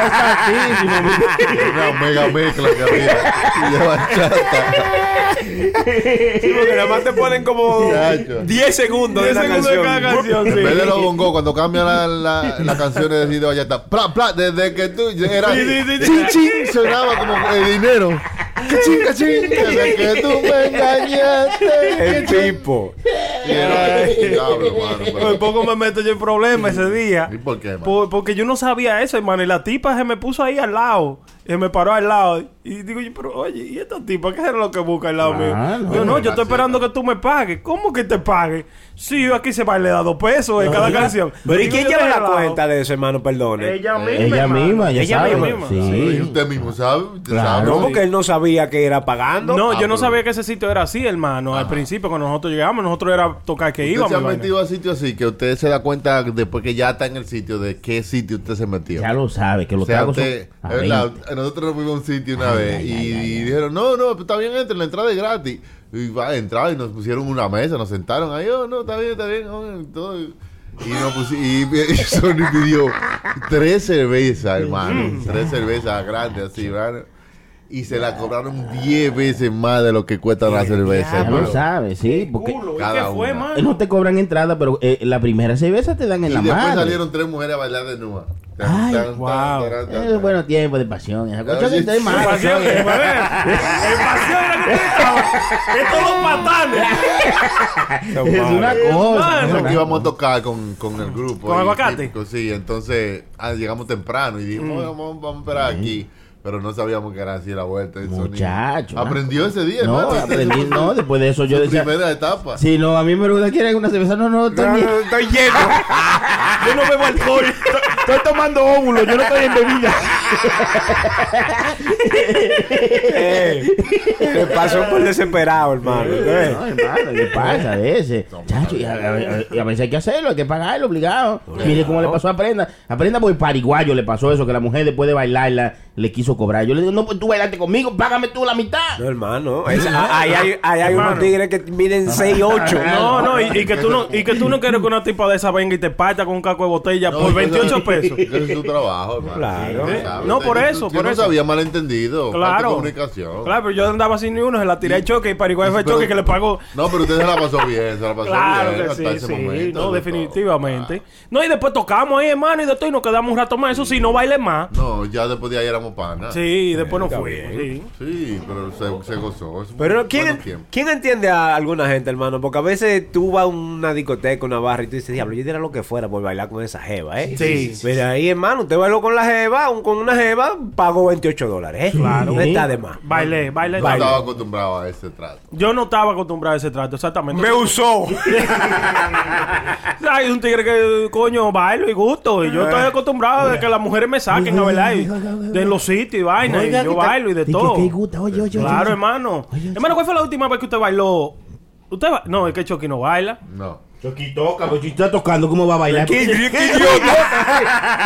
Una mega mezcla que había. Y de bachata. Sí, porque nada más te ponen como Chacho. diez segundos de diez la segundos de canción. cada canción, En sí. vez de los bongos, cuando cambian la, la, la canción de decir de bachata, pla, pla, desde que tú era Sí, sí, sí, sí. chin, chin, sonaba como el dinero. Cachín, cachín, desde que tú me engañaste. El tipo. Y era diablo, mano. Por pero- poco me meto yo en problemas ese día. ¿Y por qué, mano? Por- porque yo no sabía eso, hermano. Y la tipa se me puso ahí al lado. Se me paró al lado. Y digo yo, pero oye, ¿y esta tipa qué es lo que busca al lado Ah, mío? no. Yo no, yo estoy esperando que tú me pagues. ¿Cómo que te pague? Sí, yo aquí se va le da dos pesos en cada canción. Pero ¿y Digo, quién yo lleva de la lado. cuenta de eso, hermano? Perdone. Ella misma. Ella hermano. misma, ya Ella sabe. misma. Sí. Sí, usted mismo sabe. Usted Claro. No, sabe. porque él no sabía que era pagando. No, Ah, yo no pero- sabía que ese sitio era así, hermano. Al principio, cuando nosotros llegamos, nosotros era tocar que Usted íbamos. se ha y vaina. metido a sitios así que usted se da cuenta después que ya está en el sitio de qué sitio usted se metió. Ya lo sabe, que O los sea, tragos usted, son... a es verdad, veinte. nosotros nos fuimos a un sitio una Ay, vez ay, y, ay, ay, y ay. dijeron, no, no, pues está bien, entre, la entrada es gratis. Y va a entrar y nos pusieron una mesa, nos sentaron ahí, oh, no, está bien, está bien, oh, todo. Y nos pusi- y, y Sony pidió tres cervezas, hermano, tres cervezas grandes así, hermano. Y se la cobraron diez veces más de lo que cuesta la cerveza, Ya lo hermano. sabe, sí, porque Culo, ¿y cada qué fue, una. mano? eh, no te cobran entrada, pero eh, la primera cerveza te dan en Y la después mano. salieron tres mujeres a bailar de nueva. Ay, wow. Es buenos tiempos de pasión. Esa cosa que Oye, estoy sí, mal. Pasión, pasión. pues, el pasión era que tú estabas. Estos dos patanes. Es una cosa. Mano. Porque íbamos a tocar con, con el grupo. ¿Con y- Aguacate? y- sí, entonces ah, llegamos temprano y dijimos, "Bueno, vamos, vamos a esperar aquí. Pero no sabíamos que era así la vuelta. el sonido. Muchacho. Aprendió ese día, No, hermano. aprendí, no, después de eso yo Su decía... primera etapa. Si no, a mí me preguntan, ¿quieren una cerveza? No, no, estoy, No, bien. no, estoy lleno. Yo no bebo alcohol. Estoy tomando óvulos, yo no estoy en bebida. Eh, Te pasó por desesperado, hermano. Eh. No, hermano, ¿qué pasa a veces? Chacho, y a, a- a- a veces hay que hacerlo, hay que pagarlo, obligado. Mire cómo le pasó a Prenda. A Prenda por pariguayo le pasó eso, que la mujer después de bailarla le quiso cobrar. Yo le digo, no, pues tú bailaste conmigo, págame tú la mitad. No, hermano. Es- ahí hay, ahí hay unos tigres que miden seis ocho. No, no, y, y que tú no, y que tú no quieres que una tipa de esa venga y te parta con un caco de botella por eso- veintiocho pesos. Ese es su trabajo, hermano. Claro. Sí, ¿sabes? No, por Usted- eso, usted por no eso. sabía malentendido. Falta de Claro. comunicación. Claro, pero yo andaba sin ni uno, se la tiré al choque y Pariguay fue el Pero- choque que le pagó. No, pero usted se la pasó bien, se la pasó Claro bien que hasta sí, ese sí, momento. no, de definitivamente. No, y después tocamos ahí, hermano, y de todo, y nos quedamos un rato más. Eso sí, no baile más. todo. No, ya después de ahí éramos panas. Sí, y después nos está fuimos. bien. Sí. Sí, pero se, se gozó. Es un Pero ¿quién, buen tiempo. ¿quién entiende a alguna gente, hermano? Porque a veces tú vas a una discoteca, una barra y tú dices, diablo, yo diera lo que fuera por bailar con esa jeva, ¿eh? Sí. Pero ahí, hermano, usted bailó con la jeva, un- con una jeva, pagó veintiocho dólares, ¿eh? Claro. No está de más. Bailé, bailé. No Baile. estaba acostumbrado a ese trato. Yo no estaba acostumbrado a ese trato, exactamente. Me usó. Hay un tigre que, coño, bailo y gusto. Y yo estoy acostumbrado a que las mujeres me saquen a bailar y- de los sitios y vaina. Y yo bailo y de todo. Claro, hermano. Hermano, ¿cuál fue la última vez que usted bailó? ¿Usted ba- No, es que Chucky no baila. No. Chucky toca, pero si está tocando, ¿cómo va a bailar? ¿Qué, qué idiota?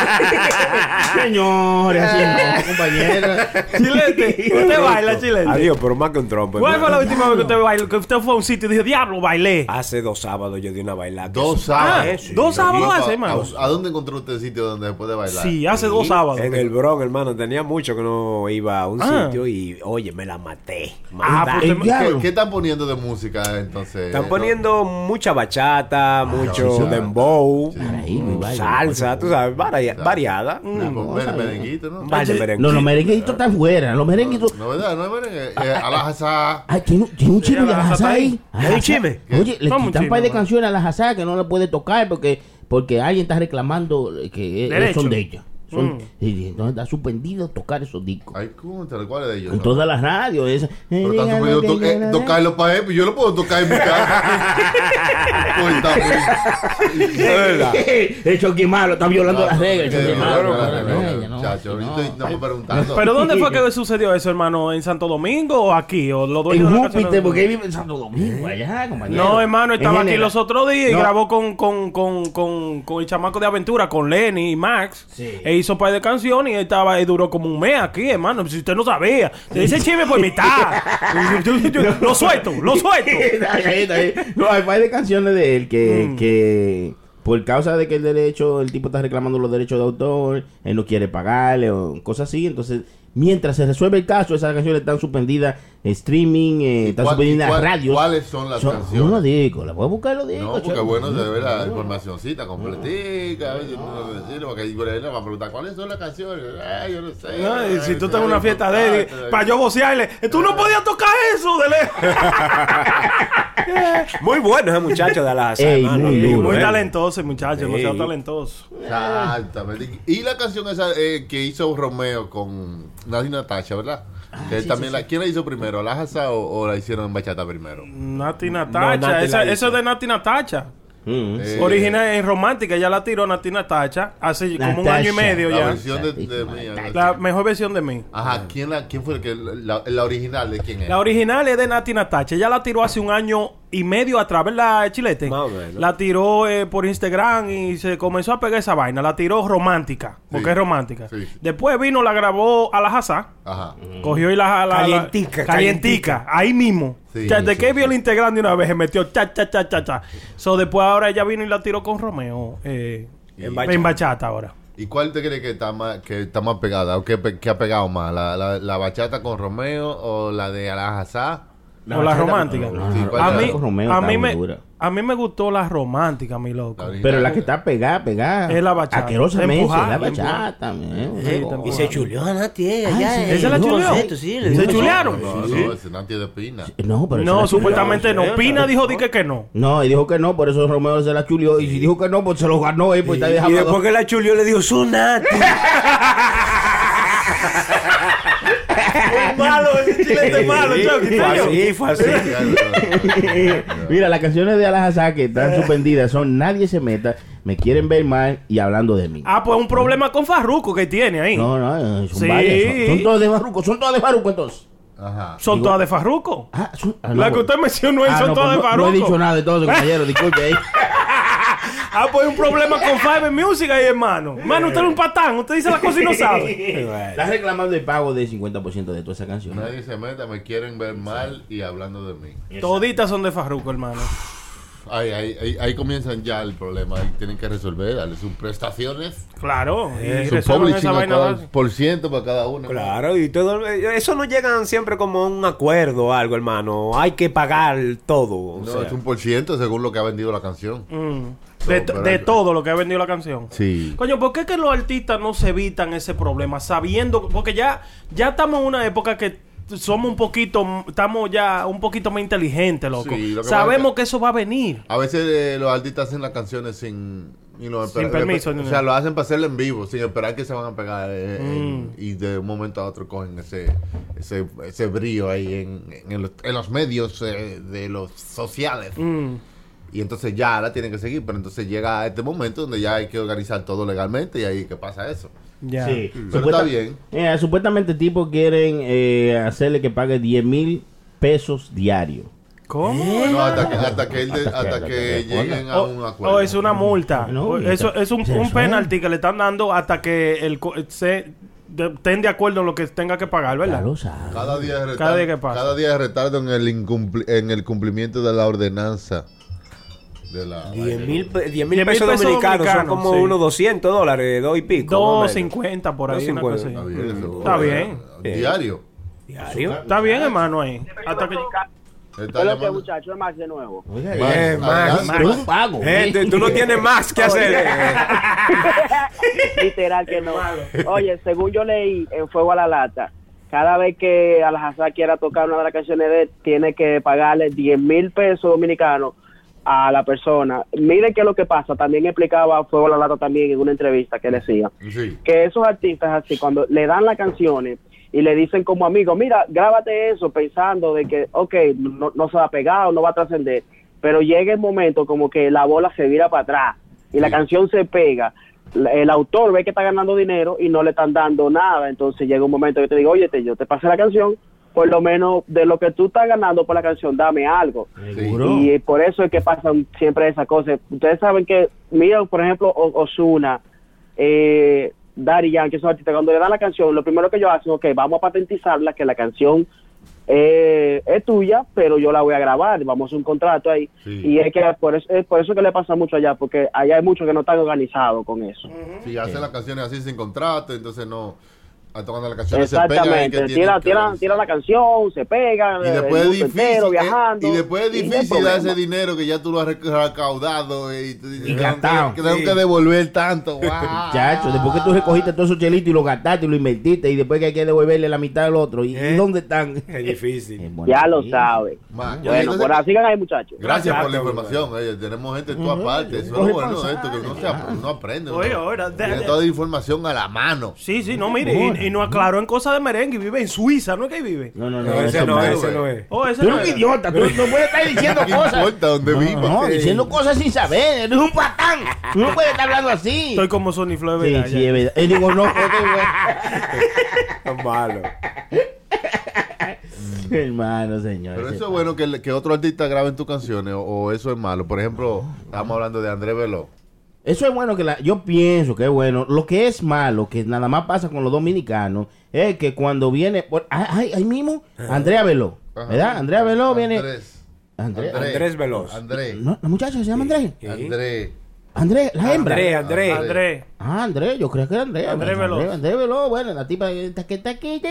Señores, así no, compañera. Chilete, usted baila, Chilete. Adiós, pero más que un trompo. ¿Cuál fue hermano. la última vez que usted bailó? Que usted fue a un sitio y dijo, diablo, bailé. Hace dos sábados yo di una bailada. Dos sábados. Ah, dos sábados hace, hermano. ¿A dónde encontró usted el sitio donde se puede bailar? Sí, hace dos sábados. En el Bronx, hermano. Tenía mucho que no iba a un Ah. sitio y, oye, me la maté. Ah, Maldita. pues El usted- diablo. ¿Qué, qué están poniendo de música entonces? Están poniendo mucha bachata, mucho bachata. dembow, Ahí, muy baile. salsa, tú sabes, varia- variada. No, Mm. mer- merenguito, ¿no? Un baile merengue. No, los merenguitos están fuera. Los merenguitos. No, ¿verdad? No es merengue. Eh, a la jasa. Ay, tiene, tiene un chisme Mira, de la la jazá jazá ahí. ahí. ¿Hay un chisme? Oye, le Vamos, quitan un chisme, par de man. canciones a la jazá que no le puede tocar porque, porque alguien está reclamando que eh, Derecho. son de ella. Son, Mm. y entonces está suspendido tocar esos discos. Ay, ¿cómo te ¿cuál es de ellos? En no? todas las radios. Esa. Pero están subiendo to eh, tocarlo para él, pues yo lo puedo tocar en mi casa. Pues está bien. Es verdad. El Chucky malo está violando las reglas. el Eh, Chucky malo, claro, no, claro, ella, no, chacho, no. ahorita estamos preguntando. ¿Pero dónde fue que sucedió eso, hermano? ¿En Santo Domingo o aquí? ¿O los En dueños de la Júpiter, canción? porque él vive en Santo Domingo, allá, compañero. No, hermano, En estaba aquí general. los otros días y No. grabó con, con, con, con, con el chamaco de aventura, con Lenny y Max. Sí. E hizo un par de canciones y él estaba, él duró como un mes aquí, hermano. Si usted no sabía, te dice chisme por mitad. Yo- yo- yo- lo suelto, lo suelto. Está bien, está bien. No, hay par de canciones de él que, Mm. que por causa de que el derecho, el tipo está reclamando los derechos de autor, él no quiere pagarle o cosas así, entonces mientras se resuelve el caso, esas canciones están suspendidas en streaming, eh, están cuál- suspendidas y en cuál- radios. cuáles son las canciones? No lo digo, la voy a buscar, lo digo. No, porque chavo. bueno, se ve la informacioncita completica. Yo no sé decirlo, porque ahí por ahí le van a preguntar cuáles son las canciones. Ay, yo no sé. No, y si Ay, tú estás en ay, una fiesta de él, ay, para yo vocearle, tú no podías tocar eso, de Muy bueno ese muchacho de la Ey, hermano. muy Muy, duro, eh. talentoso, el muchacho, Sí. demasiado talentoso. Exactamente. Y la canción esa eh, que hizo Romeo con Nadie Natacha, ¿verdad? Que él también la, ¿quién la hizo primero? ¿La Jasa o, o la hicieron en bachata primero? Nati No, Natacha, Nati esa- la eso hizo. es de Nati Natacha. Mm. Eh, Original en romántica, ya la tiró Nati Natacha hace como un Natacha. año y medio la ya. versión de, de mía. La mejor versión de mí. Ajá, ¿quién, la, ¿quién fue el que la, la original de quién es? La original es de Nati Natacha. Ella la tiró hace un año y medio atrás, ¿verdad, Chilete? Más o menos. La tiró eh, por Instagram y se comenzó a pegar esa vaina. La tiró romántica, porque Sí. es romántica. Sí. Después vino, la grabó a la Hazá. Ajá. Cogió y la... la- la- Calientica, Calientica. Ahí mismo. Sí, O sea, de sí, que sí. vio el integrante de una vez, se metió cha, cha, cha, cha, cha. So, después ahora ella vino y la tiró con Romeo. Eh, Y- en, bachata. en bachata ahora. ¿Y cuál te cree que está más, que está más pegada? ¿O que, pe- que ha pegado más? ¿La, la, la bachata con Romeo o la de Alajazá? o la bachata romántica. con- Sí, no, ¿cuál A era? mí, con Romeo a, está mí muy me, dura. a mí me gustó la romántica, mi loco. La original. Pero la que está pegada, pegada. Es la bachata. Asquerosamente, Empujada, es la bachata. man. Sí, Oh. Y se chuleó a Nati ella, Ah, ya. sí. en ¿Esa la un chuleó? concierto, sí, le ¿Se dio un chulearon? No, no, ese Nati de Pina. No, pero esa No, la supuestamente chuleó. no. Pina dijo di que, que no. No, y dijo que no, por eso Romeo se la chulió. Y si dijo que no, pues se lo ganó él, pues está Y dejando. después que la chulió le dijo, su Nati. malo, ese chilete malo, Chucky. Fue así, fue así. Mira, las canciones de Alajazá que están suspendidas son Nadie se meta, Me quieren ver mal y hablando de mí. Ah, pues un problema con Farruko que tiene ahí. No, no, son Sí. varias. Son, son todas de Farruko, son todas de Farruko entonces. Ajá. Son Digo- todas de Farruko. Ah, son- ah, La no, que pues- usted mencionó ahí Ah, son no, todas pues de no- Farruko. No he dicho nada entonces, compañero, disculpe ahí. Ah, pues hay un problema con Five Music ahí, hermano. Hermano, usted es un patán. Usted dice las cosas y no sabe. Estás reclamando el pago del cincuenta por ciento de toda esa canción. Nadie se meta, me quieren ver mal y hablando de mí. Toditas son de Farruko, hermano. Ahí, ahí, ahí, ahí comienzan ya el problema. Ahí tienen que resolver, darle sus prestaciones, Claro. Y su resuelvan publishing esa a vaina cada- fácil. por ciento para cada uno. Claro, y todo eso no llegan siempre como a un acuerdo o algo, hermano. Hay que pagar todo. O No, sea. es un por ciento según lo que ha vendido la canción. Mm. De, No, to- pero de hay- todo lo que ha vendido la canción. Sí. Coño, ¿por qué que los artistas no se evitan ese problema? Sabiendo, porque ya, ya estamos en una época que somos un poquito, estamos ya un poquito más inteligentes, loco. Sí, lo que Sabemos pasa que eso va a venir. A veces eh, los artistas hacen las canciones sin... y no Sin esperar- permiso, O ni sea, nada. lo hacen para hacerlo en vivo, sin esperar que se van a pegar. eh, en- Mm. y de un momento a otro cogen ese ese, ese brío ahí en, en, los, en los medios eh, de los sociales. Mm. Y entonces ya la tienen que seguir, pero entonces llega este momento donde ya hay que organizar todo legalmente y ahí que pasa eso. Ya. Sí. Pero Supuesta- está bien. Eh, supuestamente tipos quieren eh, hacerle que pague diez mil pesos diarios. ¿Cómo? No, hasta que, hasta que, él de- Hasta que- hasta hasta que que responda. lleguen a O, un acuerdo. o es una multa. No, O ya eso está. es un, Eso un es. penalti que le están dando hasta que el co- se de- estén de acuerdo en lo que tenga que pagar, Ya ¿verdad? lo sabe. Cada día de retardo, Cada día que pasa. cada día de retardo en el, incumpli- en el cumplimiento de la ordenanza. De la diez mil pe- diez mil diez mil pesos pesos dominicanos son dominicanos, como sí. unos doscientos dólares, dos y pico. más o dos menos. cincuenta por ahí, dos una cosa cincuenta. así. Está bien, eso. Está bien. Diario. Diario. Está bien, hermano, ahí. Hasta que... Está Hola, llamando. muchachos, es Max de nuevo. Oiga, Max, eh, Eh, Max, adelante. pero un pago. Gente, tú no tienes más que hacer. Literal que no. Oye, según yo leí en Fuego a la Lata, cada vez que Alhazá quiera tocar una de las canciones de él, tiene que pagarle diez mil pesos dominicanos a la persona. Miren qué es lo que pasa. También explicaba Fuego a la Lata también en una entrevista que decía Sí. que esos artistas así, cuando le dan las canciones y le dicen como amigo, mira, grábate eso pensando de que, ok, no, no se va a pegar o no va a trascender, pero llega el momento como que la bola se vira para atrás y la Sí. canción se pega. La- El autor ve que está ganando dinero y no le están dando nada, entonces llega un momento que te digo, oye, te, yo te pasé la canción, por lo menos de lo que tú estás ganando por la canción, dame algo. Seguro. Y por eso es que pasan siempre esas cosas. Ustedes saben que, mira, por ejemplo, O- Ozuna, eh, Daddy Yankee, esos artistas, cuando le dan la canción, lo primero que ellos hacen, ok, vamos a patentizarla, que la canción eh, es tuya, pero yo la voy a grabar, vamos a hacer un contrato ahí. Sí. Y es que por eso, es por eso que le pasa mucho allá, porque allá hay muchos que no están organizados con eso. Uh-huh. Sí, hacen las canciones así sin contrato, entonces no... Cuando la canción exactamente, se pega, tira, tira, tira la canción, se pegan, y después es difícil, entero, viajando, y después es difícil dar ese dinero que ya tú lo has recaudado y, y gastado, que tengo sí. que devolver tanto. Wow. Chacho, después que tú recogiste todos esos chelitos y los gastaste y lo invertiste y después que hay que devolverle la mitad al otro, ¿y, ¿Eh? ¿y dónde están? Es difícil. Es ya lo sabes. Bueno, entonces, por así sigan ahí, muchachos. Gracias por la información. Oye, tenemos gente en todas partes. Eso es bueno esto, que uno, se, uno aprende. Oye, ahora, tiene toda la información a la mano. Sí, sí, no, mire, y, y nos aclaró en cosas de merengue, vive en Suiza, ¿no es que ahí vive? No, no, no, no ese, no, ese no es. Oh, ese tú no eres es. un idiota, tú no puedes estar diciendo cosas. No importa dónde no, viva. No, diciendo cosas sin saber, eres un patán. Tú no puedes estar hablando así. Estoy como Sony Flow, es verdad. Sí, sí, es verdad. Él digo, no, es malo. Hermano, señor. Pero eso es bueno que, que otro artista grabe tus canciones o, o eso es malo. Por ejemplo, estamos hablando de Andrés Veloz. Eso es bueno que la, yo pienso que es bueno. Lo que es malo, que nada más pasa con los dominicanos, es que cuando viene, por, ahí, ahí mismo, Andrea Veloz, ¿verdad? Andrea Veloz viene. Andrés. Andrés, Andrés Veloz. Andrés. No, la muchacha se llama Andrés. Sí. Andrés. Andrés, la hembra. Andrés, Andrés. Andrés. Ah, Andrés, yo creo que era Andrés. Andrés Veloz. Andrés, Andrés Veloz, bueno, la tipa que está aquí.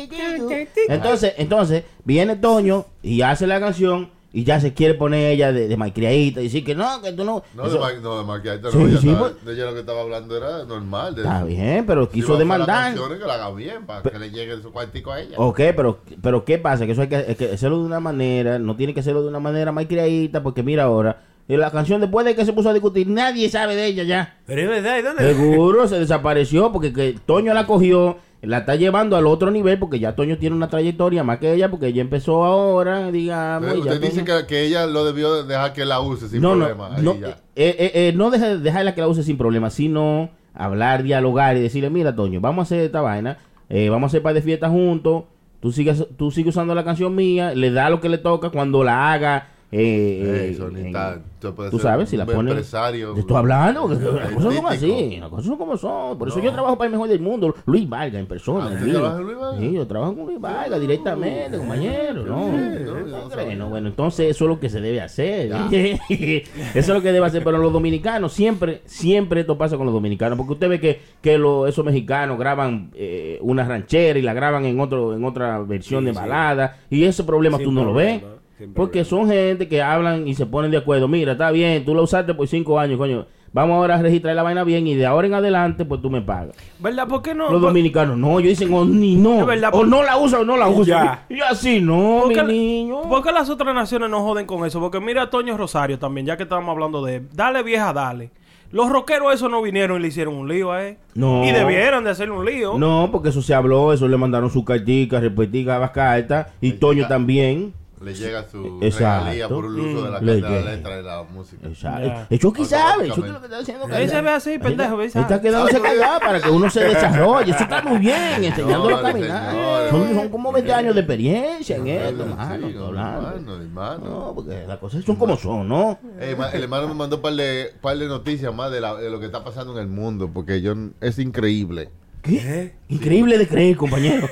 Entonces, entonces, viene Toño y hace la canción. Y ya se quiere poner ella de, de malcriadita y decir que no, que tú no... No, eso, de, ma, no, de malcriadita sí, no. Ella, sí, estaba, pues, ella lo que estaba hablando era normal. De está eso. bien, pero quiso si demandar. Canciones, que la haga bien para pero, que le llegue su cuartico a ella. Ok, pero, pero ¿qué pasa? Que eso hay que, hay que hacerlo de una manera, no tiene que hacerlo de una manera malcriadita, porque mira ahora... Y la canción después de que se puso a discutir, nadie sabe de ella ya. Pero es verdad, ¿y dónde? Seguro se desapareció porque que Toño la cogió, la está llevando al otro nivel porque ya Toño tiene una trayectoria más que ella porque ella empezó ahora, digamos. Pero usted dice Toño... que, que ella lo debió dejar que la use sin no, problema. No, no, eh, eh, eh, no deja, dejarla que la use sin problema, sino hablar, dialogar y decirle, mira Toño, vamos a hacer esta vaina, eh, vamos a hacer par de fiestas juntos, tú sigues, tú sigues usando la canción mía, le da lo que le toca cuando la haga. Eh, Eso, eh, está, tú sabes, si la pones. Empresario. Te estoy hablando, que las cosas son así, las cosas son como son. Por eso no. yo trabajo para el mejor del mundo, Luis Vargas en persona. ¿Usted trabaja con Luis Vargas? Sí, yo trabajo con Luis Vargas directamente, compañero. No, no, no, no, no, bueno, entonces eso es lo que se debe hacer. Eso es lo que debe hacer. Pero los dominicanos, siempre, siempre esto pasa con los dominicanos. Porque usted ve que, que lo, esos mexicanos graban eh, una ranchera y la graban en otro en otra versión sí, de balada. Sí. Y ese problema Sin tú no problema. lo ves. Porque son gente que hablan y se ponen de acuerdo. Mira, está bien, tú lo usaste por cinco años, coño. Vamos ahora a registrar la vaina bien y de ahora en adelante, pues tú me pagas. ¿Verdad? ¿Por qué no? Los dominicanos, no, ellos dicen, oh, ni no. Verdad, o no la usa o no la usa. Y así, no, mi qué, niño. ¿Por qué las otras naciones no joden con eso? Porque mira a Toño Rosario también, ya que estamos hablando de él. Dale vieja, dale. Los rockeros esos no vinieron y le hicieron un lío a él. No. Y debieron de hacerle un lío. No, porque eso se habló, eso le mandaron su cartica, respectivas cartas. Y le Toño llega, también. Le llega su Exacto. regalía por el uso de la, mm. de la letra de la música. Exacto. El Chucky sabe. El Chucky lo que está haciendo. Él se ve así, pendejo. Él está quedándose callado para que uno se desarrolle. Eso está muy bien, enseñándolo a caminar. Son, son como veinte años de experiencia en esto, hermano. Hermano, hermano. No, porque las cosas son como son, ¿no? Eh, el hermano me mandó un par de, par de noticias más de, la, de lo que está pasando en el mundo, porque yo es increíble. ¿Qué? ¿Eh? Increíble de creer, compañero.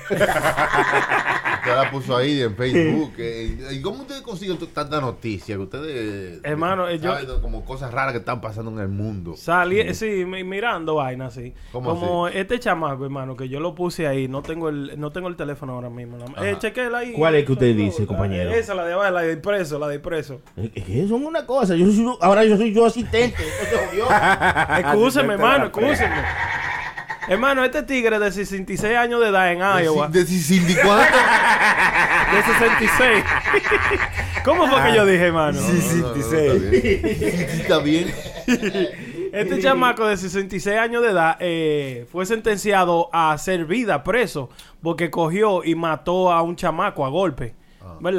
Usted la puso ahí en Facebook. ¿Y cómo ustedes consiguen tanta noticia? Que ustedes hermano, saben yo, como cosas raras que están pasando en el mundo. Salí, sí, mirando vainas así. Como así? Este chamaco, hermano, que yo lo puse ahí. No tengo el, no tengo el teléfono ahora mismo. Eh, chequéla ahí. ¿Cuál es que usted dice, compañero? Esa, la de abajo, la de preso, la de preso. Es que son una cosa. Yo soy, ahora yo soy yo asistente. Excúseme, hermano, excúseme. Hermano, este tigre de sesenta y seis años de edad en Iowa. ¿De sesenta y cuatro? De sesenta y seis. ¿Cómo fue que yo dije, hermano? No, sesenta y seis. Está bien. Este chamaco de sesenta y seis años de edad eh, fue sentenciado a hacer vida preso porque cogió y mató a un chamaco a golpe. Ah. ¿Verdad?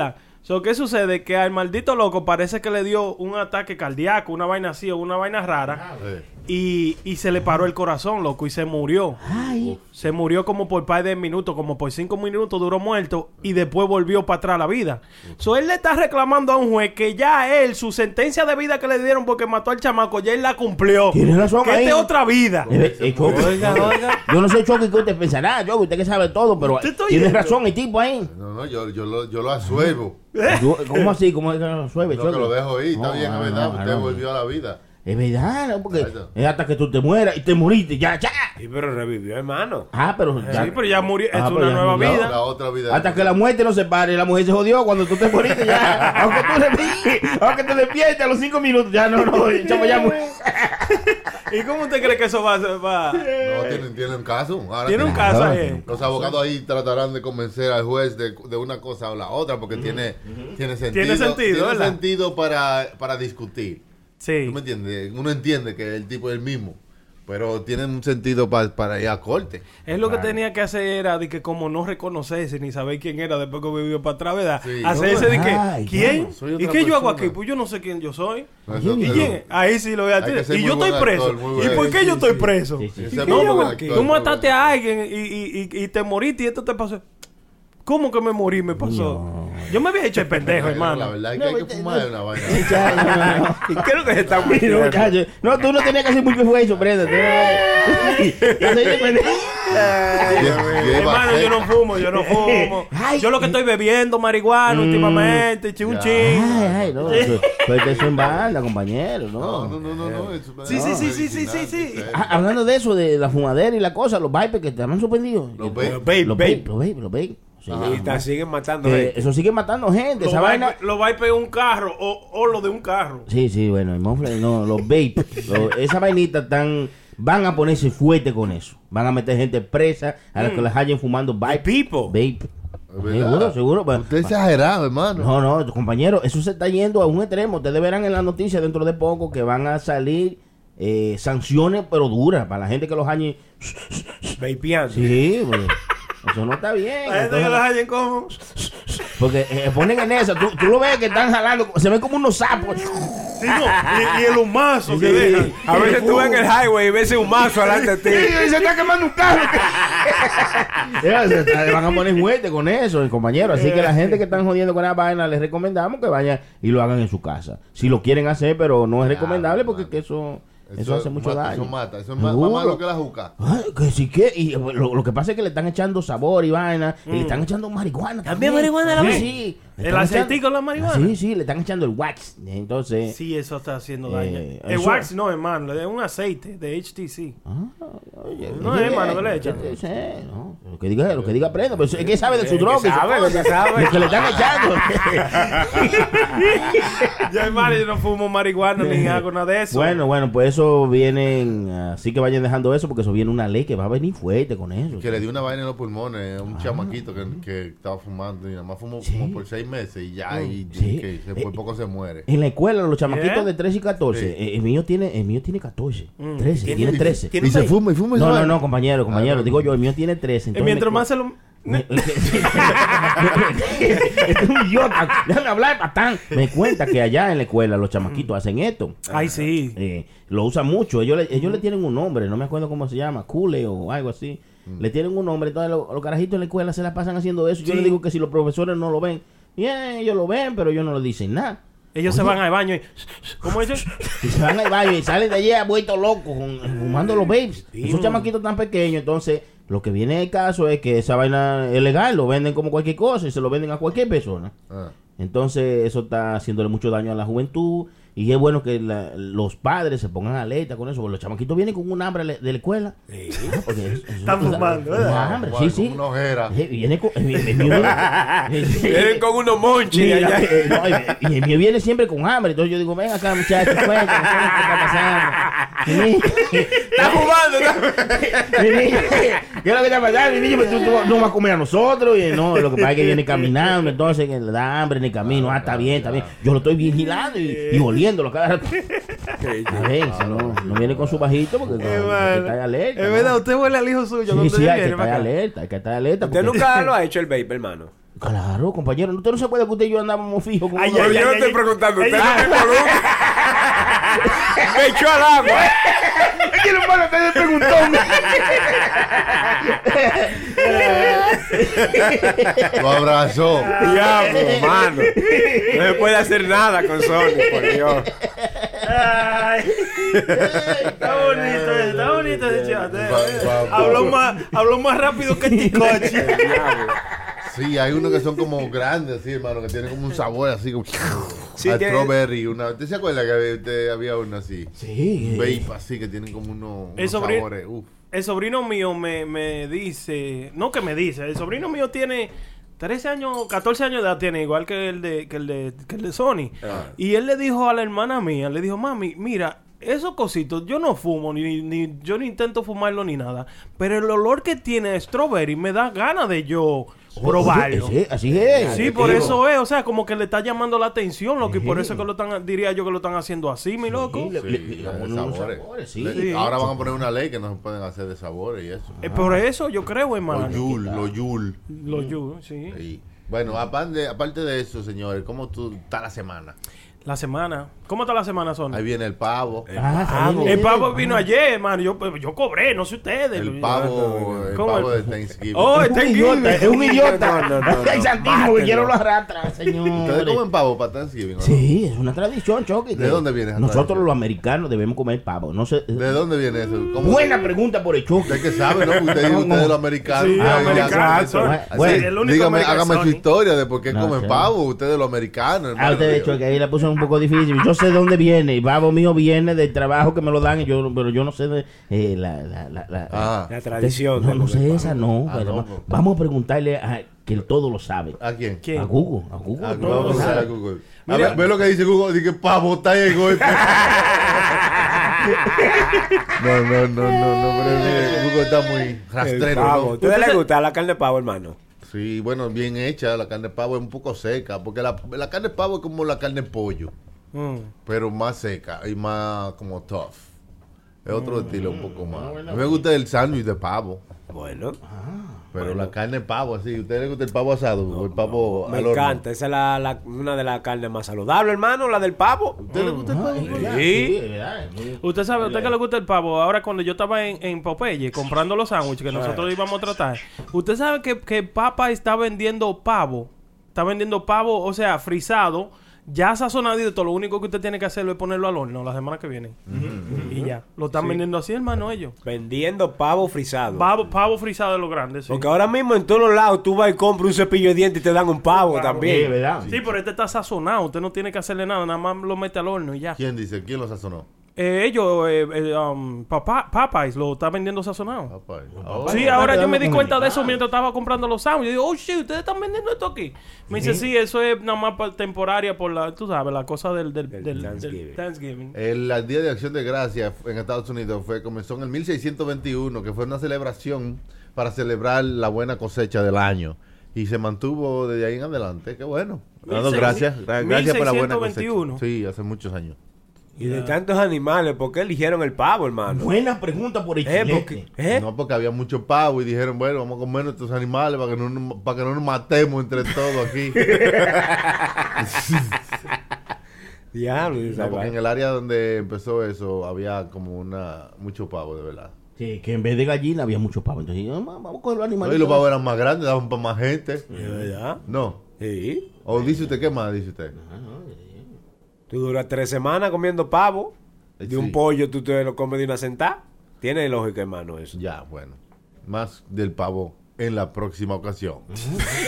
So, ¿qué sucede? Que al maldito loco parece que le dio un ataque cardíaco, una vaina así o una vaina rara. Y, y se le paró el corazón, loco, y se murió. Ay. Se murió como por par de minutos, como por cinco minutos duró muerto y después volvió para atrás la vida. So, él le está reclamando a un juez que ya él, su sentencia de vida que le dieron porque mató al chamaco, ya él la cumplió. Tiene razón Que ahí. esta es otra vida. Eh, eh, Choco, Oiga, oiga. Yo no sé, Choco, que usted pensará, Choco, usted que sabe todo, pero Te estoy tiene yendo. razón el tipo ahí. No, no, yo, yo, lo, yo lo asuelvo. Yo- ¿Cómo así? ¿Cómo es que lo suave, No, Choco? que lo dejo ahí. Está No, bien, no, es verdad. no, Usted no. volvió a la vida. Es verdad, ¿no? Porque Exacto. es hasta que tú te mueras y te moriste, ya, ya. Sí, pero revivió, hermano. Ah, pero ya. Sí, pero ya murió. Ah, es pero una ya nueva murió. vida. La otra vida. Hasta que la muerte no se pare, la mujer se jodió cuando tú te moriste ya. aunque tú repi- aunque te despiertes a los cinco minutos, ya no, no, chamo, ya murió. ¿Y cómo usted cree que eso va? va? No, tienen, tienen un caso. Ahora Tiene un tienen- caso Ah, ahí. Los abogados ahí tratarán de convencer al juez de, de una cosa o la otra porque tiene, tiene sentido. Tiene sentido, tiene ¿verdad? sentido para, para discutir. Sí. ¿Tú me entiendes? Uno entiende que el tipo es el mismo, pero tiene un sentido pa- para ir a corte. Es lo que tenía que hacer era de que como no reconocerse ni saber quién era después que vivió para atrás, ¿verdad? Sí. Hacerse de que, Ay, ¿quién? no, soy ¿Y otra qué yo hago persona. aquí? Pues yo no sé quién yo soy. Eso- ¿Y eso- quién? Ahí sí lo voy a Hay que decir. ser Y muy yo estoy buen preso. actor, muy ¿Y por bueno. qué Sí, yo sí, estoy sí. preso? Sí, sí, Ese sí. es No, muy yo- buen actor, tú muy mataste buen a alguien y, y, y, y te moriste y esto te pasó. ¿Cómo que me morí? Me pasó. Yo me había hecho el pendejo, La hermano. verdad es No, que hay que vete, fumar no. una vaina. Ya, no, no, no. ¿Y qué es lo que se está No, muriendo? muchacho. No, tú no tenías que hacer mucho esfuerzo, prenda. Hermano, yo no fumo, yo no fumo. Ay. Yo lo que estoy bebiendo marihuana últimamente, chi- un Ya. ching. Ay, ay, no. Eso, pues eso en banda, compañero, No, ¿no? no, no, no. no eso- Sí, sí, no, sí, sí, sí, medicinal, sí, sí. serio. Ah, hablando de eso, de la fumadera y la cosa, los vapes que estaban suspendidos. Los Eh, vape. Los vape, Los vape. vape, los vape, los vape. Sí, Y ta- siguen matando que gente. eso sigue matando gente, Lo esa va, vaina. lo va a pegar un carro o, o lo de un carro. Sí, sí, bueno, el mofle, no, los vape, lo- esa vainita están, van a ponerse fuerte con eso. Van a meter gente presa a las que las hallen fumando vape. people. Vape. Es verdad. Seguro, seguro. pa- Usted es pa- exagerado, hermano. No, no, compañero, eso se está yendo a un extremo. Ustedes verán en las noticias dentro de poco que van a salir eh, sanciones, pero duras, para la gente que los hallen. Vapeando. Sí, pues, eso no está bien. La gente que Entonces, los hallen como... porque eh, ponen en esa, tú, tú lo ves que están jalando, se ven como unos sapos. Sí, no, y, y el humazo que Sí. dejan. A veces tú vas en el highway y ves un mazo delante de ti. Y se está quemando un carro. Ya, se está- van a poner fuerte con eso, compañero. Así que la gente que están jodiendo con la vaina, les recomendamos que vayan y lo hagan en su casa. Si lo quieren hacer, pero no es recomendable porque que eso, eso, hace mucho mata, daño. Eso mata. Eso es más, Seguro. más malo que la juca. Ay, que sí que y lo, lo que pasa es que le están echando sabor y vaina y le están echando marihuana también. ¿También marihuana a la sí, vez? sí. Le ¿El están aceitico echando- en la marihuana? Sí, sí, le están echando el wax. Entonces, Sí, eso está haciendo daño. Eh, el eso- wax no, hermano, es un aceite de H T C. ah, oye, No, oye, hermano, ¿qué le echan? sí, sí, no, lo que diga, lo que diga prenda, pero es que sabe de su El que droga, y su sabe, cosa, el que sabe. lo que le están echando. Yo, hermano, yo no fumo marihuana ni hago nada de eso. Bueno, bueno, pues eso vienen, así que vayan dejando eso porque eso viene una ley que va a venir fuerte con eso. Que le dio una vaina en los pulmones a un chamaquito que, que estaba fumando y nada más fumó como por seis meses y ya, y, Sí. y que se- por poco se muere. En la escuela, los chamaquitos Yeah. de trece y catorce, Sí. eh, el mío tiene, el mío tiene catorce, Mm. trece, ¿Tiene- tiene trece. tiene Y se seis? fuma y fuma y se No, va. no, no, compañero, compañero, Ah, no. digo yo, el mío tiene trece. Eh, entonces mientras me- más se lo... Me- Este es un idiota. Déjame hablar, patán. Me cuenta que allá en la escuela los chamaquitos hacen esto. Ay, sí. Eh, lo usan mucho. Ellos le, ellos le tienen un nombre, no me acuerdo cómo se llama, Cule o algo así. Le tienen un nombre. Entonces los, los carajitos en la escuela se la pasan haciendo eso. Yo Sí. les digo que si los profesores no lo ven, bien, ellos lo ven, pero ellos no le dicen nada. Ellos se van al baño y... ¿Cómo es? Y se van al baño y salen de allí vueltos locos, con- fumando los babes. Esos chamaquitos tan pequeños. Entonces, lo que viene del caso es que esa vaina es legal, lo venden como cualquier cosa y se lo venden a cualquier persona. Ah. Entonces, eso está haciéndole mucho daño a la juventud. Y es bueno que la- los padres se pongan alerta con eso, porque los chamaquitos vienen con un hambre le- de la escuela. Ah, porque eso- eso- Están eso- fumando, un ¿verdad? hambre, Como- sí, como sí. una ojera. Eh, Viene con, el, el mío viene- Vienen con unos monchis Mira, allá. eh, no, y, y el mío viene siempre con hambre. Entonces yo digo, ven acá, muchachos, cuéntame, ¿qué está pasando? Mi- Está fumando. está- mi niño, ¿qué es lo que está pasando? Mi niño, pues, tú, tú no vas a comer a nosotros. Y no, lo que pasa es que viene caminando, entonces que le da hambre en el camino. Ah, está bien, está bien. Yo lo estoy vigilando y, y oliéndolo cada rato. A ver, si no, no viene con su bajito porque no, hay que Hermano, estar alerta. es ¿no? verdad, usted huele al hijo suyo. Sí, cuando sí, usted hay que viene estar para acá. alerta, hay que estar alerta. Usted porque- nunca lo ha hecho el vape, hermano. Claro, compañero. Usted no se puede que usted y yo andábamos fijos con Ay, uno. ay, yo no ay, estoy ay, preguntando. ay, Usted no ay. me involucra. Me echó al agua. ¿Qué lo malo te preguntó? Lo abrazó. Diablo, mano. No se puede hacer nada con Sony, por Dios. Ay, está bonito, está bonito ese chat. eh. Va- va- Habló más, habló más rápido que Ticoche. Sí, hay unos que son como grandes, así, hermano, que tienen como un sabor así como Sí, a tiene- strawberry. Una, ¿Usted se acuerda que había, usted- había uno así? Sí. Vape así, que tienen como unos, El unos sobrin- sabores. Uf. El sobrino mío me, me dice, no que me dice, el sobrino mío tiene trece años, catorce años de edad tiene, igual que el de, que el de, que el de Sony. Ah. Y él le dijo a la hermana mía, le dijo, mami, mira, esos cositos, yo no fumo, ni, ni yo no intento fumarlo ni nada, pero el olor que tiene strawberry me da ganas de yo probarlo. Sí, así es. Sí, por eso es, o sea, como que le está llamando la atención, loco, y por eso es que lo están, diría yo que lo están haciendo así, mi loco. Sí, le- Sí, le- le- de unos sabores. sabores, sí. Le- Sí. Ahora van a poner una ley que no se pueden hacer de sabores y eso. Eh, por eso yo creo, hermano. Los yul, los yul. Los yu, sí. Sí. Bueno, aparte, aparte de eso, señores, ¿cómo tú está la semana? La semana. ¿Cómo está la semana, Sony? Ahí viene el pavo. Ah, pavo. El pavo vino ayer, hermano. Yo, yo cobré, no sé ustedes. El pavo, el ¿Cómo pavo de el- Thanksgiving. Oh, Es está un en idiota, es un idiota. No, no, no, no. Ay, santísimo, que Bátenlo. quiero lo arrastra, señor. ¿Ustedes comen pavo para Thanksgiving? o no? Sí, es una tradición, Choque. ¿De dónde viene esa Nosotros tradición? los americanos debemos comer pavo. No sé. ¿De dónde viene eso? ¿Cómo? Buena pregunta por el Choque. Usted que sabe, ¿no? Porque usted dice usted es los americanos. Sí, Ah, americano, ya, son- así, bueno, el único dígame, americano hágame su Sony. historia de por qué No, comen sí. pavo. Ustedes los americanos, hermano. Ah, usted de hecho que ahí la puso un poco difícil. Yo sé de dónde viene. El pavo mío viene del trabajo que me lo dan, y yo, pero yo no sé de eh, la, la, la, la, Ah, La tradición. No, de no comer sé pavo. esa, no. Ah, pero no, va- pues. Vamos a preguntarle a que él todo lo sabe. ¿a quién? ¿Quién? A Google, a Google. A todo Google, lo vamos a sabe. a Google. A Mira. ver, ve lo que dice Google. Dice que pavo está en el golpe. No, no, no, no, no, pero mire, Google está muy El rastrero, pavo. ¿no? ¿A ustedes les gusta la carne de pavo, hermano? Sí, bueno, bien hecha. La carne de pavo es un poco seca, porque la, la carne de pavo es como la carne de pollo, Mm. pero más seca y más como tough. Es otro Mm. estilo, un poco más. A mí me gusta el sándwich de pavo, Bueno, pero la carne de pavo, así. ¿A ustedes les gusta el pavo asado o el pavo me al horno? encanta. Esa es la, la- una de las carnes más saludables, hermano, la del pavo. ¿A ustedes les gusta el pavo? Sí. es verdad, es muy- Usted sabe, a usted que le gusta el pavo, ahora cuando yo estaba en, en Popeye comprando los sándwiches que nosotros íbamos a tratar, usted sabe que, que Papa está vendiendo pavo, está vendiendo pavo, o sea, frisado, ya sazonadito, lo único que usted tiene que hacerlo es ponerlo al horno la semana que viene. Y ya, lo están vendiendo así, hermano, ellos. Vendiendo pavo frisado. Pavo, pavo frisado de los grandes, sí. Porque ahora mismo en todos los lados tú vas y compras un cepillo de dientes y te dan un pavo Sí, también. es verdad. Sí, pero este está sazonado, usted no tiene que hacerle nada, nada más lo mete al horno y ya. ¿Quién dice? ¿Quién lo sazonó? Eh, ellos, eh, eh, um, Papa- Popeyes lo está vendiendo sazonado. Papá. Sí, Bueno, ahora yo dame me di con cuenta el- de eso mientras estaba comprando los sándwiches. Yo digo, oh shit, ustedes están vendiendo esto aquí. Me dice, sí, eso es nada más pa- temporaria por la, tú sabes, la cosa del, del, Del del- del Thanksgiving. Thanksgiving. El, el Día de Acción de Gracias en Estados Unidos fue comenzó en el mil seiscientos veintiuno, que fue una celebración para celebrar la buena cosecha del año. Y se mantuvo desde ahí en adelante. Qué bueno. Dando Mil seis- gracias. gra- Gracias por la buena cosecha. mil seiscientos veintiuno. Sí, hace muchos años. Y de tantos animales, ¿por qué eligieron el pavo, hermano? Buena pregunta por el ¿Eh? chilete. Porque, ¿eh? No, porque había mucho pavo y dijeron, bueno, vamos a comer nuestros animales para que no, nos- para que no nos matemos entre todos aquí. Diablo, No, esa porque en vaina. el área donde empezó eso había como una mucho pavo, de verdad. Sí, que en vez de gallina había muchos pavos. Entonces, yo, "Ma- vamos a coger los No, animales. y los pavos eran más grandes, daban para más gente. ¿De verdad? No. Sí. O dice usted, ¿qué más dice usted? Tú duras tres semanas comiendo pavo. De Sí. un pollo tú te lo comes de una sentada. Tiene lógica, hermano, eso. Ya, bueno. Más del pavo en la próxima ocasión. sí,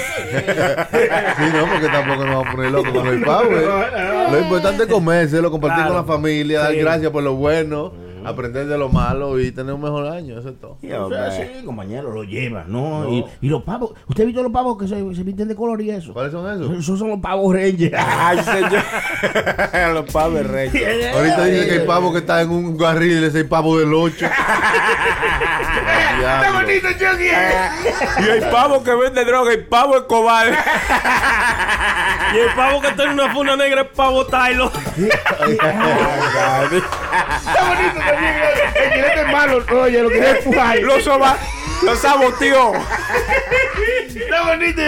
no, porque tampoco nos vamos a poner locos con el pavo. ¿eh? Lo importante es comérselo, compartir Claro. con la familia, dar Sí. gracias por lo bueno, aprender de lo malo y tener un mejor año. Eso es todo. Sí, O sea, hombre. sí, compañero, lo lleva, ¿no? No. Y, y los pavos, ¿usted ha visto los pavos que se, se visten de color y eso? ¿Cuáles son esos? Esos son los pavos reyes. Ay, señor. Los pavos reyes. Ahorita dice que hay pavo que está en un barril, ese es pavo del ocho. ¡Está bonito, Chucky! Y hay pavo que vende droga y pavo Escobar. Y el pavo que está en una funda negra es pavo Tylo. Está bonito también. El chilete es malo. Oye, lo que es empujar. Lo soba, lo saboteó. Está bonito.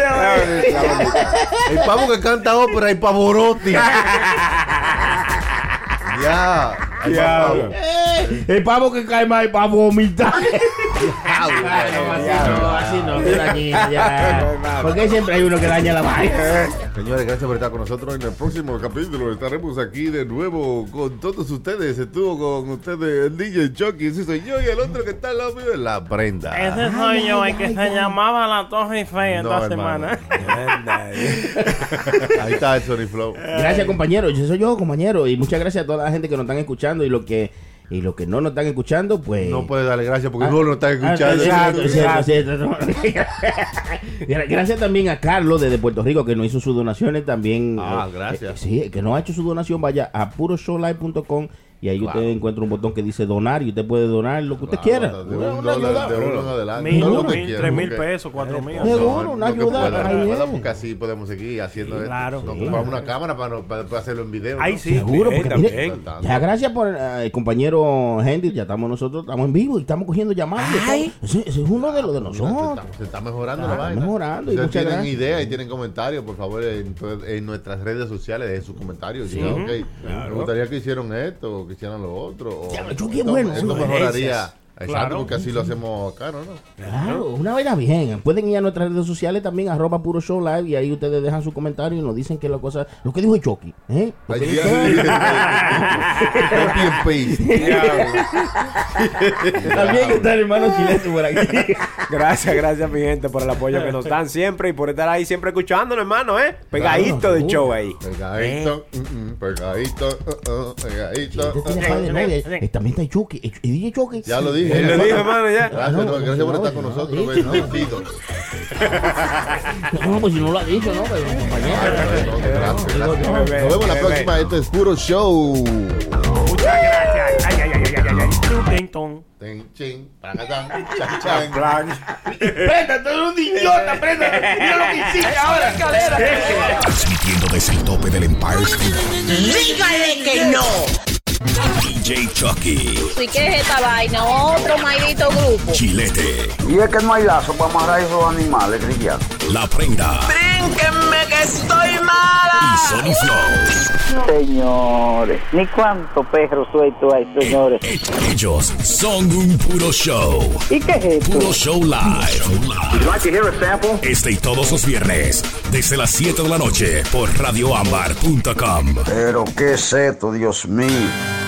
El pavo que canta ópera y Pavarotti. Ya. Ay, Ya. pavo. Eh, el pavo que cae mal para vomitar. Así no, así no, que dañina, ya. Porque siempre hay uno que daña la vaina. Señores, gracias por estar con nosotros. En el próximo capítulo estaremos aquí de nuevo con todos ustedes. Estuvo con ustedes el D J Chucky, ese soy yo, y el otro que está al lado mío es la Brenda. Ese soy yo, el que se llamaba La Torre Eiffel No, esta hermano. semana. Ahí está el Sony Flow. Gracias, compañero. Yo soy yo, compañero. Y muchas gracias a toda la gente que nos están escuchando y lo que y lo que no nos están escuchando, pues. No puede darle gracias porque Ah, no lo están escuchando. Ah, exacto, cierto, cierto, no. Gra- Gracias también a Carlos desde Puerto Rico que nos hizo sus donaciones también. Ah, eh, gracias. eh, sí, que nos ha hecho su donación, vaya a puro show live punto com y ahí Claro. usted encuentra un botón que dice donar y usted puede donar lo que usted Claro, quiera. de Una- un una dólar, ayuda. de uno en adelante. Mil, No lo que mil, quiera, tres mil porque- pesos, cuatro mil. Seguro, una lo que ayuda, pueda, ahí pueda, es. porque así podemos seguir haciendo Claro. esto. Nos Sí. compramos una cámara para, no- para- para hacerlo en video. Ay, ¿no? sí. Seguro, bien, porque mire, también. ya gracias por eh, el compañero Henry, ya estamos nosotros, estamos en vivo y estamos cogiendo llamadas. Ay. Ese, ese es uno de los de Se nosotros. está, se está mejorando Está la vaina. mejorando y Si muchas tienen gracias. ideas y tienen comentarios, por favor, en, to- en nuestras redes sociales, dejen sus comentarios. Digan, ok, me gustaría que hicieran esto o que hicieran lo otro. O, Ya, Chucky es esto, bueno, esto sí. mejoraría. Exacto, Claro. porque así lo hacemos acá, ¿no? ¿no? Claro, una vaina bien. Pueden ir a nuestras redes sociales también, arroba puro show live, y ahí ustedes dejan su comentario y nos dicen que la cosa, lo que dijo el Chucky, ¿eh? Lo que Ahí dijo- Copy and paste. También está el hermano Chilete por aquí. Gracias, gracias, mi gente, por el apoyo que nos dan siempre y por estar ahí siempre escuchándonos, hermano, ¿eh? Pegadito Claro, del seguro. show ahí. Pegadito, mm, mm, pegadito, uh, uh, pegadito. Este uh, tiene uh. par de novia. Eh, También está el Chucky. El, el D J Chucky. Ya lo dije. Él lo dijo, hermano, ya. Gracias, No, no, no, gracias por no, estar con no, nosotros, no, bendecido. No, pues si no lo ha dicho, ¿no? Pero, compañero. Gracias, Digo, gracias. no, Nos vemos la próxima. Esto es Puro Show. Muchas gracias. Ay, ay, ay, ay, ay, ay. Tinton. Ten, chin, pacatán, chan, chan. Prenda, tú eres un idiota, prenda. Mira lo que hiciste ahora. Transmitiendo desde el tope del Empire State. Dígale que no. D J Chucky, ¿Y qué es esta vaina? Otro maldito grupo. Chilete, Y es que no hay lazo para amarrar esos animales, cristianos. La Prenda ¡Brínquenme que estoy y mala! Sony Flow. Señores, ni cuánto perro suelto hay, señores. Eh, Ellos son un puro show. ¿Y qué es esto? Puro Show Live. like to hear a sample? Este y todos los viernes, desde las siete de la noche, por radio ambar punto com. Pero qué es esto, Dios mío.